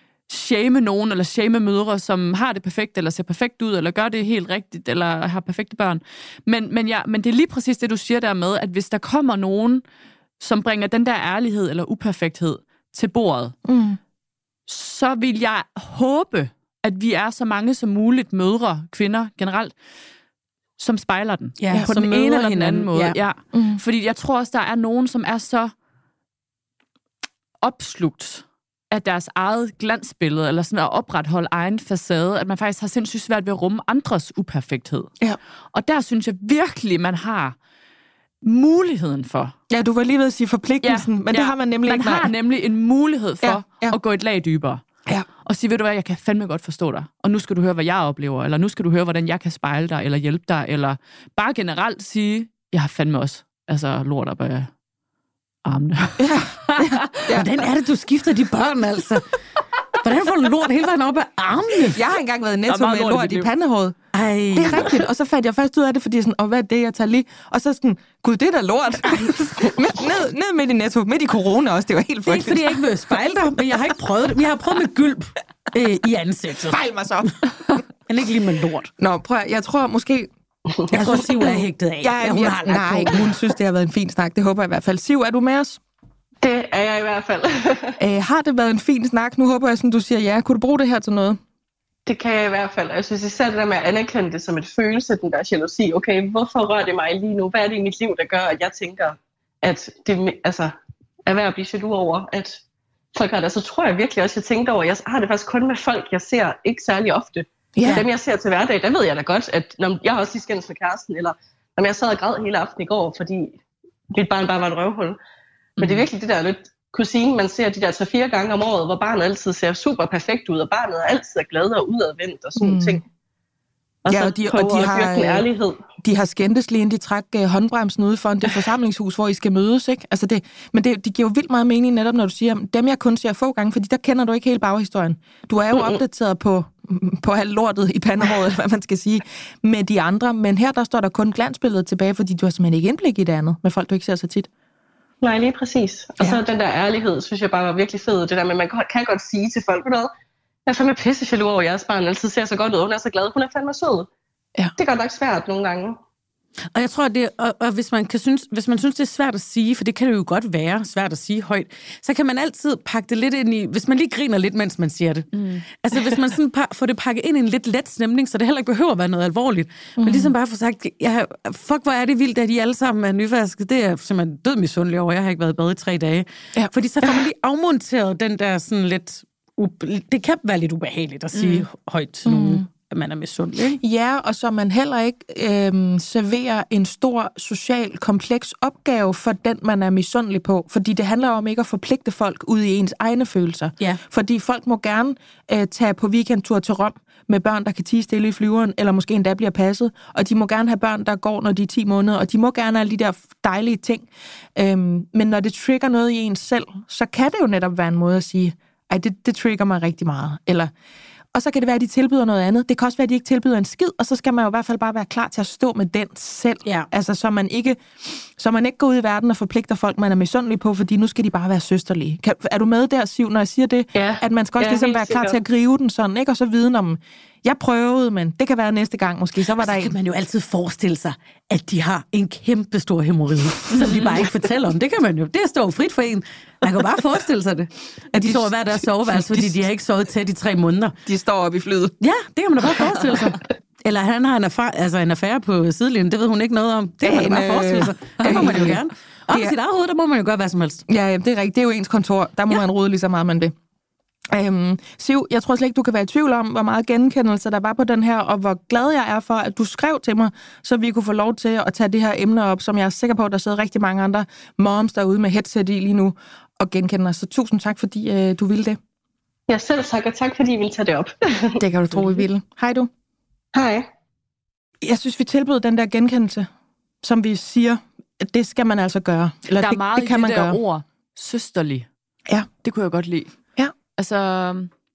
shame nogen, eller shame mødre, som har det perfekt, eller ser perfekt ud, eller gør det helt rigtigt, eller har perfekte børn. Men, men, ja, men det er lige præcis det, du siger der med, at hvis der kommer nogen, som bringer den der ærlighed eller uperfekthed til bordet, mm. så vil jeg håbe, at vi er så mange som muligt, mødre, kvinder generelt, som spejler den. Ja, på den ene eller den anden måde. Ja. Ja. Mm. Fordi jeg tror også, der er nogen, som er så opslugt af deres eget glansbillede, eller sådan at opretholde egen facade, at man faktisk har sindssygt svært ved at rumme andres uperfekthed. Ja. Og der synes jeg virkelig, man har muligheden for. Ja, du var lige ved at sige forpligtelsen, ja, men ja. det har man nemlig man ikke. Man har nemlig en mulighed for ja, ja. at gå et lag dybere. Ja. Og sige, ved du hvad, jeg kan fandme godt forstå dig. Og nu skal du høre, hvad jeg oplever, eller nu skal du høre, hvordan jeg kan spejle dig, eller hjælpe dig, eller bare generelt sige, jeg har fandme også altså lort op af armene. Ja. Ja. Hvordan er det, du skifter de børn, altså? Hvordan får du lort hele vejen op af armene? Jeg har engang været i Netto med lort, lort i pandehåret. Ej. Det er rigtigt, og så fandt jeg først ud af det, fordi sådan, og hvad er det, jeg tager lige? Og så sådan, gud, det er da lort. ned, ned midt i Netto, midt i corona også, det var helt frygteligt. Det er ikke, fordi jeg ikke vil spejle dig, men jeg har ikke prøvet det. Jeg har prøvet med gylp øh, i ansigtet. Spejl mig så. Jeg ikke lige med lort. Nå, prøv jeg tror måske... Jeg tror, Siv er hægtet af. Ja, ja, hun har nej, på. Hun synes, det har været en fin snak. Det håber jeg i hvert fald. Siv, er du med os? Det er jeg i hvert fald. Æ, har det været en fin snak? Nu håber jeg, som du siger ja. Kunne du bruge det her til noget? Det kan jeg i hvert fald. Jeg synes især det der med at anerkende det som et følelse, den der jalousi. Okay, hvorfor rører det mig lige nu? Hvad er det i mit liv, der gør, at jeg tænker, at det altså, er værd at blive jaloux over, at folk har det? Så tror jeg virkelig også, jeg tænkte over, jeg har det faktisk kun med folk, jeg ser ikke særlig ofte. Ja. Dem, jeg ser til hverdag, der ved jeg da godt, at når jeg har også lige skændes med kæresten, eller når jeg sad og græd hele aften i går, fordi mit barn bare var et røvhul. Men det er virkelig det der lidt kusine, man ser de der tre fire gange om året, hvor barnet altid ser super perfekt ud, og barnet er altid glad og udadvendt og sådan mm. ting. Og ja, så og de, prøver og de at har, dyrke en ærlighed. De har skændtes lige inden de træk uh, håndbremsen ude foran det forsamlingshus, hvor I skal mødes, ikke? Altså det, men det, de giver jo vildt meget mening netop, når du siger, dem jeg kun ser få gange, fordi der kender du ikke hele baghistorien. Du er jo mm-hmm. opdateret på, på alt lortet i pandehåret, hvad man skal sige, med de andre, men her der står der kun glansbilledet tilbage, fordi du har simpelthen ikke indblik i det andet, med folk, du ikke ser så tit. Nej, lige præcis. Og Ja. så den der ærlighed, synes jeg bare var virkelig fed. Det der med, at man kan godt sige til folk, ved du hvad, jeg er fandme pisse jaloux over, jeres barn altid ser så godt ud, hun er så glad, hun er fandme sød. Ja. Det er godt nok svært nogle gange. Og jeg tror, at det, og, og hvis, man kan synes, hvis man synes, det er svært at sige, for det kan det jo godt være svært at sige højt, så kan man altid pakke det lidt ind i, hvis man lige griner lidt, mens man siger det. Mm. Altså hvis man sådan pa- får det pakket ind i en lidt let stemning, så det heller ikke behøver at være noget alvorligt. Mm. Men ligesom bare få sagt, ja, fuck, hvor er det vildt, at I alle sammen er nyvasket. Det er simpelthen død misundelig over. Jeg har ikke været i bad i tre dage. Ja. Fordi så får man lige afmonteret den der sådan lidt... Det kan være lidt ubehageligt at sige mm. højt til nogen. Mm. At man er misundelig, ikke? Ja, og så man heller ikke øhm, serverer en stor social kompleks opgave for den, man er misundelig på. Fordi det handler om ikke at forpligte folk ud i ens egne følelser. Ja. Fordi folk må gerne øh, tage på weekendtur til Rom med børn, der kan tie stille i flyveren, eller måske endda bliver passet. Og de må gerne have børn, der går, når de er ti måneder, og de må gerne have alle de der dejlige ting. Øhm, men når det trigger noget i ens selv, så kan det jo netop være en måde at sige, ej, det, det trigger mig rigtig meget. Eller... Og så kan det være, at de tilbyder noget andet. Det kan også være, at de ikke tilbyder en skid, og så skal man jo i hvert fald bare være klar til at stå med den selv. Ja. Altså, så man, ikke, så man ikke går ud i verden og forpligter folk, man er misundelig på, fordi nu skal de bare være søsterlige. Kan, er du med der, Siv, når jeg siger det? Ja. At man skal også Ja, ligesom helt være klar sikkert. til at gribe den sådan, ikke? Og så viden om, jeg prøvede, men det kan være næste gang måske. Så var Så der kan en... man jo altid forestille sig, at de har en kæmpe stor hæmoride, som de bare ikke fortæller om. Det kan man jo. Det står frit for en. Man kan bare forestille sig det. At de sover hver deres soveværelse, fordi de har ikke sovet tæt i tre måneder. De står op i flyet. Ja, det kan man da bare forestille sig. Eller han har en affære, altså en affære på sidelinjen, det ved hun ikke noget om. Det kan man da bare forestille sig. Det må man jo gerne. Og i sit eget hoved, der må man jo gøre hvad som helst. Ja, det er rigtigt. Det er jo ens kontor. Der må ja. man rode lige så meget, man vil. Øhm, Siv, jeg tror slet ikke, du kan være i tvivl om, hvor meget genkendelse der var på den her, og hvor glad jeg er for, at du skrev til mig, så vi kunne få lov til at tage det her emne op, som jeg er sikker på, at der sidder rigtig mange andre moms derude med headset i lige nu og genkender. Så tusind tak, fordi øh, du ville det. Ja, selv tak, og tak fordi I ville tage det op. Det kan du tro, vi ville. Hej du. Hej. Jeg synes, vi tilbød den der genkendelse, som vi siger, at det skal man altså gøre. Eller Der er det, meget det kan i man det der gøre. ord, søsterlig. Ja. Det kunne jeg godt lide. Ja. Altså,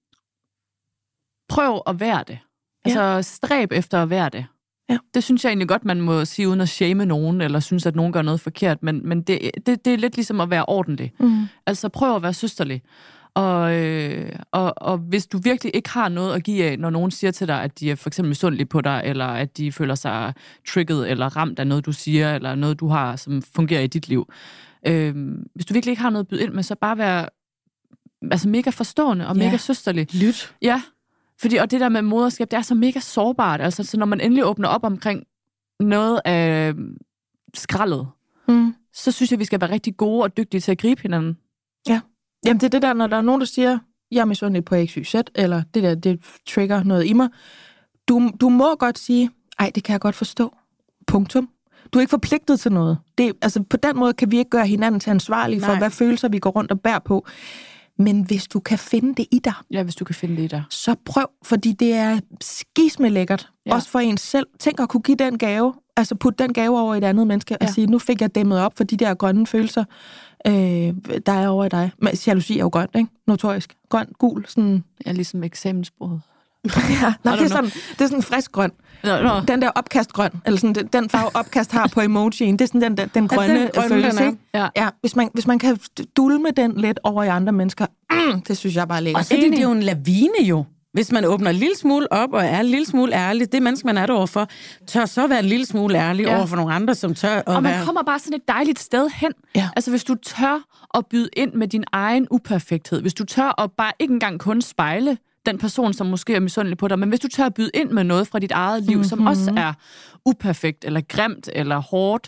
prøv at være det. Altså, ja. Stræb efter at være det. Ja. Det synes jeg egentlig godt, man må sige, uden at shame nogen, eller synes, at nogen gør noget forkert, men, men det, det, det er lidt ligesom at være ordentlig. Mm. Altså, prøv at være søsterlig. Og, øh, og, og hvis du virkelig ikke har noget at give af, når nogen siger til dig, at de er for eksempel misundelige på dig, eller at de føler sig trigget eller ramt af noget, du siger, eller noget, du har, som fungerer i dit liv. Øh, hvis du virkelig ikke har noget at byde ind med, så bare være altså mega forstående og Ja. mega søsterlig. Lyt. Ja, fordi, og det der med moderskab, det er så mega sårbart. Altså, så når man endelig åbner op omkring noget af skraldet, Mm. så synes jeg, vi skal være rigtig gode og dygtige til at gribe hinanden. Ja. Jamen, det er det der, når der er nogen, der siger, jeg er misundelig på X Y Z, eller det der, det trigger noget i mig. Du, du må godt sige, ej, det kan jeg godt forstå. Punktum. Du er ikke forpligtet til noget. Det, altså, på den måde kan vi ikke gøre hinanden til ansvarlige for, Nej. hvad følelser vi går rundt og bærer på. Men hvis du kan finde det i dig, Ja, hvis du kan finde det i dig. så prøv, fordi det er skisme lækkert. Ja. Ja. Også for en selv. Tænk at kunne give den gave, altså putte den gave over i et andet menneske, ja. Og sige, nu fik jeg dæmmet op for de der grønne følelser, øh, der er over i dig. Men jalousi er jo grønt, ikke? Notorisk. Grøn, gul, sådan... Ja, ligesom eksamensbordet. ja, nej, det er sådan, det er sådan frisk grøn. Nå, nå. Den der opkastgrøn, eller sådan den, den farve opkast har på emojien, det er sådan den, den, den grønne, den grønne, følelse, den er. ikke? Ja. Ja, hvis man, hvis man kan dulme den lidt over i andre mennesker, mm, det synes jeg bare er lækkert. Og så er det, det er jo en lavine jo. Hvis man åbner en lille smule op og er en lille smule ærlig, det menneske, man er der overfor, tør så være en lille smule ærlig Ja. over for nogle andre, som tør at Og man være... kommer bare sådan et dejligt sted hen. Ja. Altså, hvis du tør at byde ind med din egen uperfekthed, hvis du tør at bare ikke engang kun spejle den person, som måske er misundelig på dig, men hvis du tør at byde ind med noget fra dit eget liv, mm-hmm. som også er uperfekt, eller grimt, eller hårdt,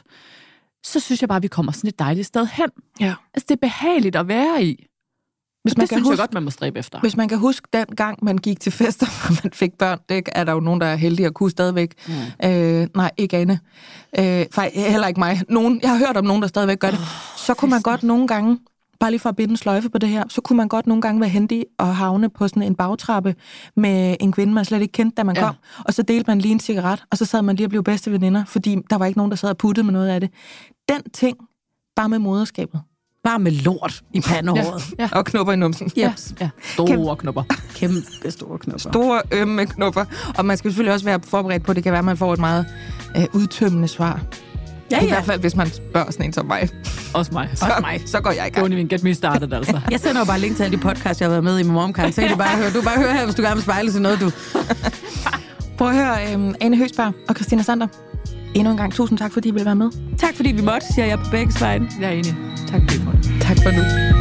så synes jeg bare, at vi kommer sådan et dejligt sted hen. Ja. Altså, det er behageligt at være i. Hvis Man man, det kan synes huske, jeg godt, man må stræbe efter. hvis man kan huske den gang, man gik til fester, hvor man fik børn, det er der jo nogen, der er heldige at kunne stadigvæk. Mm. Øh, nej, ikke Anne. Øh, faktisk, heller ikke mig. Nogen, jeg har hørt om nogen, der stadigvæk gør det. Oh, så kunne man godt nogle gange, bare lige for at binde en sløjfe på det her, så kunne man godt nogle gange være heldig og havne på sådan en bagtrappe med en kvinde, man slet ikke kendte, da man Ja. kom. Og så delte man lige en cigaret, og så sad man lige og blev bedste veninder, fordi der var ikke nogen, der sad og puttede med noget af det. Den ting, bare med moderskabet. Bare med lort i pandehåret. Ja. Og knupper i numsen. Ja, Jeps. ja. Store knopper. Kæmpe store knopper. Store ømme knupper. Og man skal selvfølgelig også være forberedt på, at det kan være, at man får et meget øh, udtømmende svar. Ja, I ja. hvert fald, hvis man spørger sådan en som mig. Også mig. Så, Også mig. så går jeg i gang. Don't even get me started, altså. Jeg sender jo bare link til alle de podcasts, jeg har været med i med MomKind. Så kan du bare høre, du bare høre her, hvis du gerne vil spejle til noget, du. Prøv at høre, øhm, Ane Høgsberg og Christina Sander. Endnu en gang tusind tak, fordi I ville være med. Tak fordi vi måtte, siger jeg på begge vejen. Jeg er enig. Tak fordi du måtte. Tak for nu.